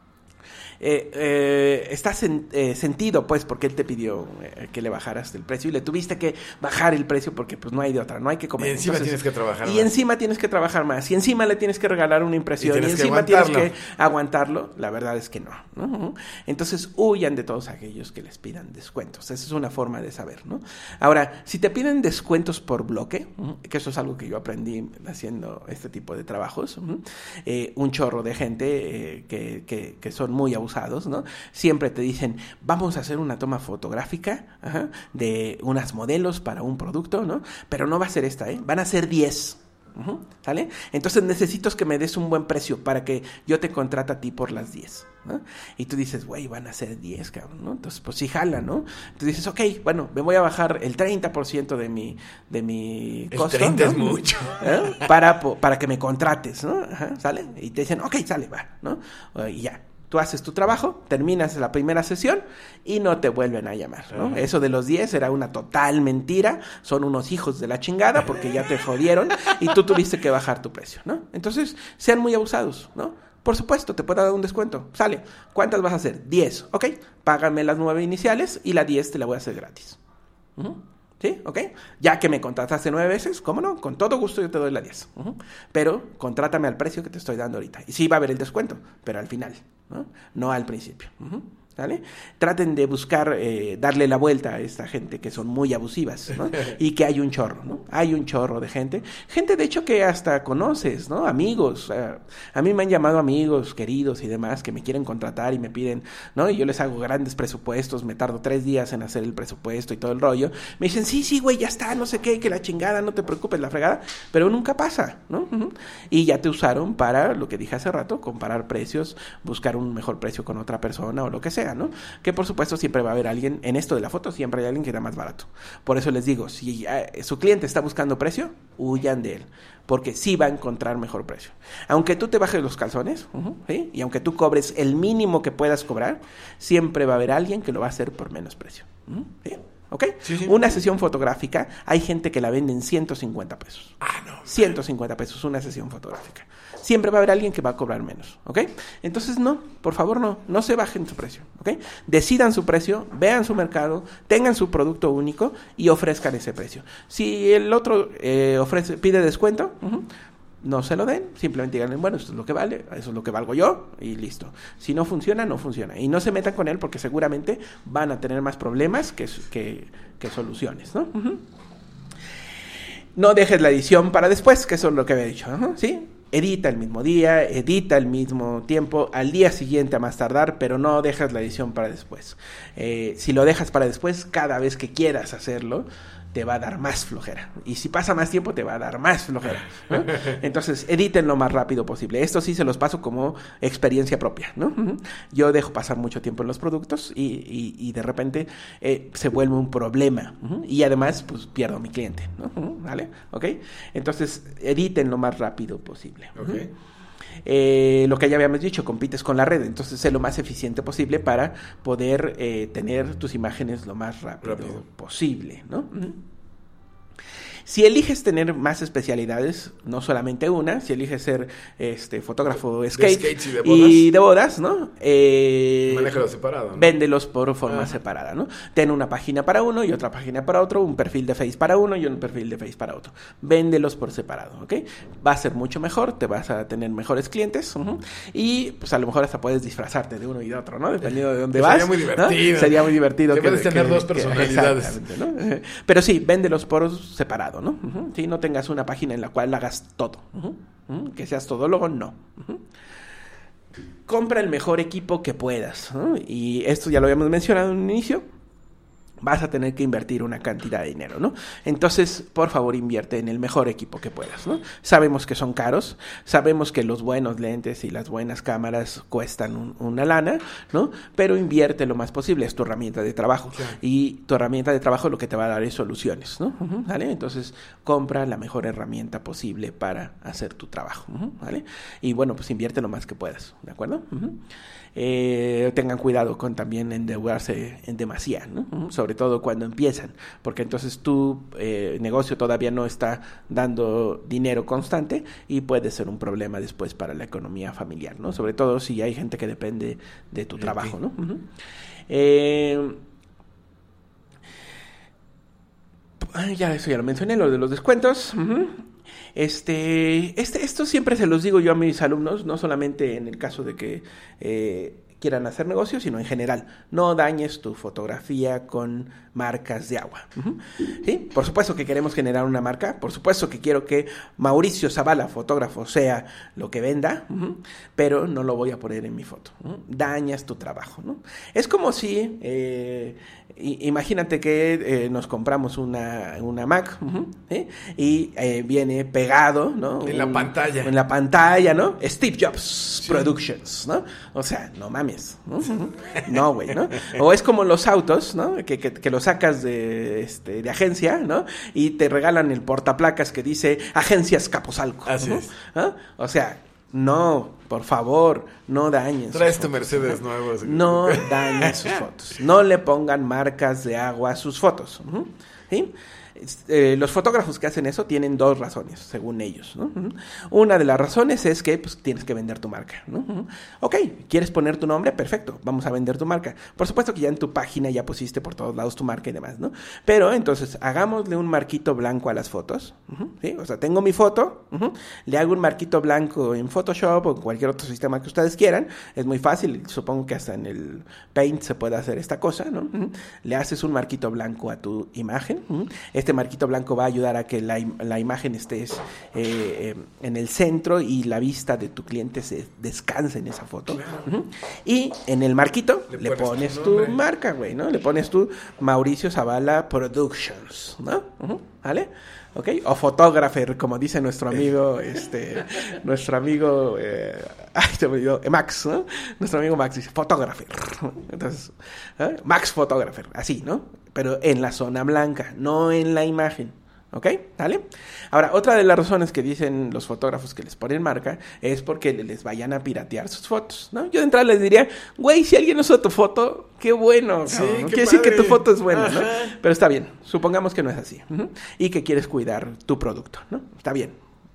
Eh, eh, está sen, eh, sentido, pues, porque él te pidió eh, que le bajaras el precio y le tuviste que bajar el precio porque pues no hay de otra, no hay que comer. Y encima Entonces, tienes que trabajar y más. encima tienes que trabajar más y encima le tienes que regalar una impresión y, y encima que tienes que aguantarlo. La verdad es que no, ¿no? Entonces huyan de todos aquellos que les pidan descuentos. Esa es una forma de saber, ¿no? Ahora, si te piden descuentos por bloque, que eso es algo que yo aprendí haciendo este tipo de trabajos, eh, un chorro de gente eh, que, que, que son muy abusados, ¿no? Siempre te dicen, vamos a hacer una toma fotográfica ajá, de unas modelos para un producto, ¿no? Pero no va a ser esta, ¿eh? Van a ser diez. Uh-huh, ¿sale? Entonces necesito que me des un buen precio para que yo te contrate a ti por las diez, ¿no? Y tú dices, güey, van a ser diez, cabrón, ¿no? Entonces, pues sí jala, ¿no? Tú dices, ok, bueno, me voy a bajar el treinta por ciento de mi, de mi el costo, treinta ¿no? es mucho. ¿Eh? Para, para que me contrates, ¿no? Ajá, ¿sale? Y te dicen, ok, sale, va, ¿no? Y ya. Tú haces tu trabajo, terminas la primera sesión y no te vuelven a llamar, ¿no? Uh-huh. Eso de los diez era una total mentira, son unos hijos de la chingada porque ya te jodieron y tú tuviste que bajar tu precio, ¿no? Entonces, sean muy abusados, ¿no? Por supuesto, te puedo dar un descuento, sale. ¿Cuántas vas a hacer? diez, ok, págame las nueve iniciales y la diez te la voy a hacer gratis. Uh-huh. ¿Sí? ¿Ok? Ya que me contrataste nueve veces, ¿cómo no? Con todo gusto yo te doy la diez. Uh-huh. Pero contrátame al precio que te estoy dando ahorita. Y sí va a haber el descuento, pero al final, ¿no? No al principio. Uh-huh. ¿Vale? Traten de buscar eh, darle la vuelta a esta gente que son muy abusivas, ¿no? Y que hay un chorro, ¿no? Hay un chorro de gente, gente de hecho que hasta conoces, ¿no? Amigos, eh, a mí me han llamado amigos queridos y demás que me quieren contratar y me piden, ¿no? Y yo les hago grandes presupuestos, me tardo tres días en hacer el presupuesto y todo el rollo. Me dicen, sí, sí, güey, ya está, no sé qué, que la chingada, no te preocupes, la fregada, pero nunca pasa, ¿no? Uh-huh. Y ya te usaron para, lo que dije hace rato, comparar precios, buscar un mejor precio con otra persona o lo que sea, ¿no? Que por supuesto siempre va a haber alguien, en esto de la foto siempre hay alguien que da más barato. Por eso les digo, si eh, su cliente está buscando precio, huyan de él, porque sí va a encontrar mejor precio. Aunque tú te bajes los calzones, uh-huh, ¿sí? Y aunque tú cobres el mínimo que puedas cobrar, siempre va a haber alguien que lo va a hacer por menos precio. Uh-huh, ¿sí? ¿Ok? Sí, sí. Una sesión fotográfica, hay gente que la vende en ciento cincuenta pesos. Ah, no. ciento cincuenta pesos una sesión fotográfica. Siempre va a haber alguien que va a cobrar menos, ¿ok? Entonces, no, por favor, no, no se bajen su precio, ¿ok? Decidan su precio, vean su mercado, tengan su producto único y ofrezcan ese precio. Si el otro eh, ofrece, pide descuento, uh-huh, no se lo den, simplemente digan, bueno, esto es lo que vale, eso es lo que valgo yo y listo. Si no funciona, no funciona. Y no se metan con él porque seguramente van a tener más problemas que, que, que soluciones, ¿no? Uh-huh. No dejes la edición para después, que eso es lo que había dicho, uh-huh, ¿sí? Edita el mismo día, edita el mismo tiempo, al día siguiente a más tardar, pero no dejas la edición para después. Eh, si lo dejas para después, cada vez que quieras hacerlo, te va a dar más flojera. Y si pasa más tiempo, te va a dar más flojera, ¿no? Entonces, editen lo más rápido posible. Esto sí se los paso como experiencia propia, ¿no? Uh-huh. Yo dejo pasar mucho tiempo en los productos y, y, y de repente eh, se vuelve un problema. Uh-huh. Y además, pues, pierdo a mi cliente, ¿no? Uh-huh. ¿Vale? ¿Ok? Entonces, editen lo más rápido posible. Uh-huh. Okay. Eh, lo que ya habíamos dicho, compites con la red, entonces sé lo más eficiente posible para poder eh, tener tus imágenes lo más rápido, rápido. posible, ¿no? Uh-huh. Si eliges tener más especialidades, no solamente una, si eliges ser este fotógrafo de skate de y, de bodas, y de bodas, ¿no? Eh, Manéjalos separado, ¿no? Véndelos por forma ah. separada, ¿no? Ten una página para uno y otra página para otro, un perfil de Face para uno y un perfil de Face para otro. Véndelos por separado, ¿ok? Va a ser mucho mejor, te vas a tener mejores clientes uh-huh, y pues a lo mejor hasta puedes disfrazarte de uno y de otro, ¿no? Dependiendo de dónde vas. Sería muy divertido. ¿no? Sería muy divertido. Que, que puedes tener que, dos personalidades. Que, ¿no? Pero sí, véndelos por separado, ¿no? Uh-huh. Sí, no tengas una página en la cual hagas todo. Uh-huh. Uh-huh. Que seas todólogo, no. Uh-huh. Compra el mejor equipo que puedas, ¿no? Y esto ya lo habíamos mencionado en un inicio. vas a tener que invertir una cantidad de dinero, ¿no? Entonces, por favor, invierte en el mejor equipo que puedas, ¿no? Sabemos que son caros, sabemos que los buenos lentes y las buenas cámaras cuestan un, una lana, ¿no? Pero invierte lo más posible, es tu herramienta de trabajo. Claro. Y tu herramienta de trabajo lo que te va a dar es soluciones, ¿no? Uh-huh, ¿vale? Entonces, compra la mejor herramienta posible para hacer tu trabajo, uh-huh, ¿vale? Y bueno, pues invierte lo más que puedas, ¿de acuerdo? Uh-huh. Eh, tengan cuidado con también endeudarse en demasía, ¿no? Uh-huh. Sobre todo cuando empiezan, porque entonces tu eh, negocio todavía no está dando dinero constante y puede ser un problema después para la economía familiar, ¿no? Sobre todo si hay gente que depende de tu trabajo, ¿no? Uh-huh. Eh, ya eso ya lo mencioné, lo de los descuentos. Uh-huh. Este, este, esto siempre se los digo yo a mis alumnos, no solamente en el caso de que eh, quieran hacer negocios, sino en general. No dañes tu fotografía con marcas de agua. Uh-huh. ¿Sí? Por supuesto que queremos generar una marca, por supuesto que quiero que Mauricio Zavala, fotógrafo, sea lo que venda, uh-huh, pero no lo voy a poner en mi foto. Uh-huh. Dañas tu trabajo, ¿no? Es como si, eh, imagínate que eh, nos compramos una, una Mac, uh-huh, ¿sí? Y eh, viene pegado, ¿no? En Un, la pantalla. En la pantalla, ¿no? Steve Jobs, sí. Productions, ¿no? O sea, no mames. Uh-huh. No, güey, ¿no? O es como los autos, ¿no? Que, que, que los sacas de, este, de agencia, ¿no? Y te regalan el portaplacas que dice Agencias Capozalco. Así ¿no? es. ¿Ah? O sea, no, por favor, no dañes. Traes tu Mercedes nuevo. Así. No dañes sus fotos. No le pongan marcas de agua a sus fotos. Uh-huh. ¿Sí? Eh, los fotógrafos que hacen eso tienen dos razones, según ellos, ¿no? Uh-huh. Una de las razones es que pues, tienes que vender tu marca, ¿no? Uh-huh. Ok, ¿quieres poner tu nombre? Perfecto, vamos a vender tu marca. Por supuesto que ya en tu página ya pusiste por todos lados tu marca y demás, ¿no? Pero entonces, hagámosle un marquito blanco a las fotos, uh-huh, ¿sí? O sea, tengo mi foto, uh-huh, le hago un marquito blanco en Photoshop o en cualquier otro sistema que ustedes quieran. Es muy fácil, supongo que hasta en el Paint se puede hacer esta cosa, ¿no? Uh-huh. Le haces un marquito blanco a tu imagen. Uh-huh. Este marquito blanco va a ayudar a que la, la imagen esté eh, eh, en el centro y la vista de tu cliente se descanse en esa foto. Claro. Uh-huh. Y en el marquito le, le pones, pones tu, tu marca, güey, ¿no? Le pones tu Mauricio Zavala Productions, ¿no? Uh-huh. ¿Vale? ¿Ok? O photographer, como dice nuestro amigo, este, nuestro amigo, eh, ay, se me olvidó, Max, ¿no? Nuestro amigo Max dice photographer. Entonces, ¿eh? Max Photographer, así, ¿no? Pero en la zona blanca, no en la imagen. ¿Ok? ¿Vale? Ahora, otra de las razones que dicen los fotógrafos que les ponen marca es porque les vayan a piratear sus fotos, ¿no? Yo de entrada les diría, güey, si alguien usó tu foto, qué bueno. Sí, ¿no? qué Quiere padre. decir que tu foto es buena, Ajá. ¿no? Pero está bien, supongamos que no es así. Uh-huh. Y que quieres cuidar tu producto, ¿no? Está bien.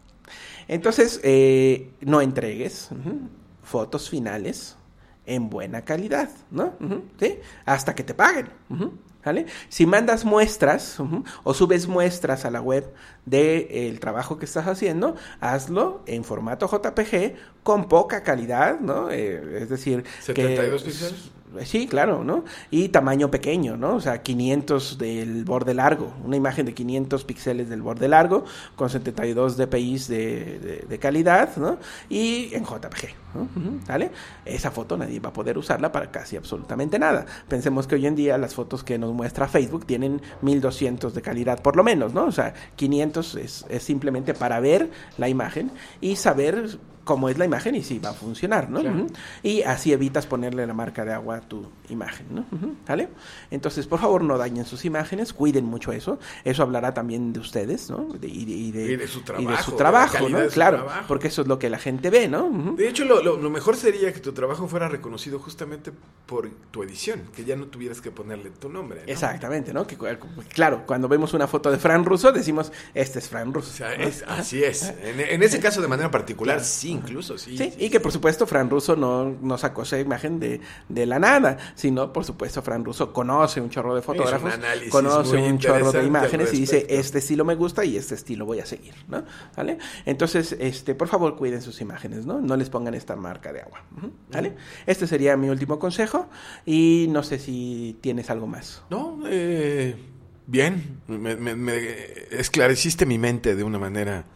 Entonces, eh, no entregues uh-huh, fotos finales en buena calidad, ¿no? Uh-huh, ¿sí? Hasta que te paguen. Uh-huh. ¿Vale? Si mandas muestras uh-huh, o subes muestras a la web del de, trabajo que estás haciendo, hazlo en formato J P G con poca calidad, ¿no? Eh, es decir, ¿setenta y dos píxeles? Sí, claro, ¿no? Y tamaño pequeño, ¿no? O sea, quinientos del borde largo, una imagen de quinientos píxeles del borde largo con setenta y dos dpi de, de, de calidad, ¿no? Y en J P G, ¿no? Uh-huh, ¿vale? Esa foto nadie va a poder usarla para casi absolutamente nada. Pensemos que hoy en día las fotos que nos muestra Facebook tienen mil doscientos de calidad por lo menos, ¿no? O sea, quinientos es, es simplemente para ver la imagen y saber cómo es la imagen y si va a funcionar, ¿no? Claro. Uh-huh. Y así evitas ponerle la marca de agua a tu imagen, ¿no? Uh-huh. ¿Vale? Entonces, por favor, no dañen sus imágenes, cuiden mucho eso. Eso hablará también de ustedes, ¿no? De, y, de, y, de, y de su trabajo. Y de su trabajo, ¿no? De su claro, trabajo. Porque eso es lo que la gente ve, ¿no? Uh-huh. De hecho, lo, lo, lo mejor sería que tu trabajo fuera reconocido justamente por tu edición, que ya no tuvieras que ponerle tu nombre, ¿no? Exactamente, ¿no? Que, claro, cuando vemos una foto de Fran Russo, decimos, este es Fran Russo. O sea, es, así es. En, en ese caso, de manera particular, claro. sí, incluso, sí. Sí, sí y que sí. por supuesto Fran Russo no, no sacó esa imagen de, de la nada, sino por supuesto Fran Russo conoce un chorro de fotógrafos, un conoce un chorro de imágenes y dice, respecto. este estilo me gusta y este estilo voy a seguir, ¿no? ¿Vale? Entonces, este, por favor, cuiden sus imágenes, ¿no? No les pongan esta marca de agua, ¿vale? Uh-huh. Este sería mi último consejo y no sé si tienes algo más. No, eh, bien, me, me, me esclareciste mi mente de una manera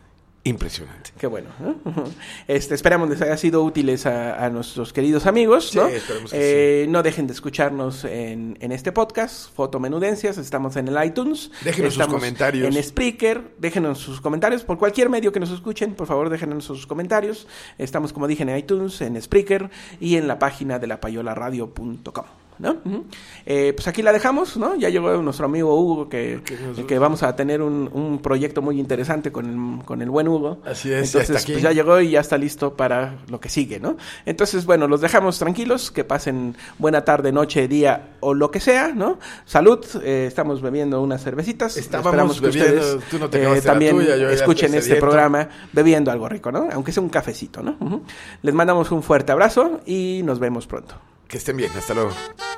impresionante. Qué bueno, ¿no? Este, esperamos les haya sido útiles a, a nuestros queridos amigos, ¿no? Sí, esperemos que eh, sí. No dejen de escucharnos en, en este podcast, Fotomenudencias. Estamos en el iTunes. Déjenos estamos sus comentarios. En Spreaker. Déjenos sus comentarios. Por cualquier medio que nos escuchen, por favor, déjenos sus comentarios. Estamos, como dije, en iTunes, en Spreaker y en la página de la payola radio punto com. ¿No? Uh-huh. Eh, pues aquí la dejamos, ¿no? Ya llegó nuestro amigo Hugo, que, que vamos a tener un, un proyecto muy interesante con el, con el buen Hugo. Así es, entonces ya está aquí. Pues ya llegó y ya está listo para lo que sigue, ¿no? Entonces, bueno, los dejamos tranquilos, que pasen buena tarde, noche, día o lo que sea, ¿no? Salud, eh, estamos bebiendo unas cervecitas. Estábamos Esperamos que bebiendo, ustedes tú no te eh, también la tuya, yo escuchen ya este sediento. programa bebiendo algo rico, ¿no? Aunque sea un cafecito, ¿no? Uh-huh. Les mandamos un fuerte abrazo y nos vemos pronto. Que estén bien, hasta luego.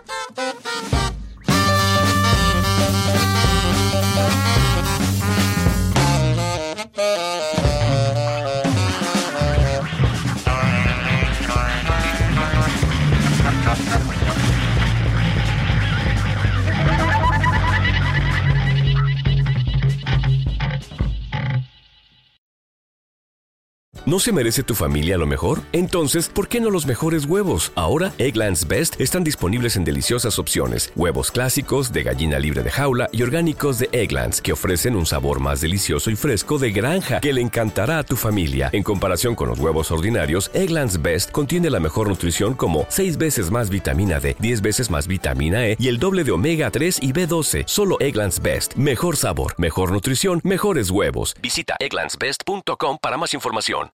¿No se merece tu familia lo mejor? Entonces, ¿por qué no los mejores huevos? Ahora, Eggland's Best están disponibles en deliciosas opciones. Huevos clásicos, de gallina libre de jaula y orgánicos de Eggland's, que ofrecen un sabor más delicioso y fresco de granja que le encantará a tu familia. En comparación con los huevos ordinarios, Eggland's Best contiene la mejor nutrición como seis veces más vitamina D, diez veces más vitamina E y el doble de omega tres y B doce. Solo Eggland's Best. Mejor sabor, mejor nutrición, mejores huevos. Visita egglands best punto com para más información.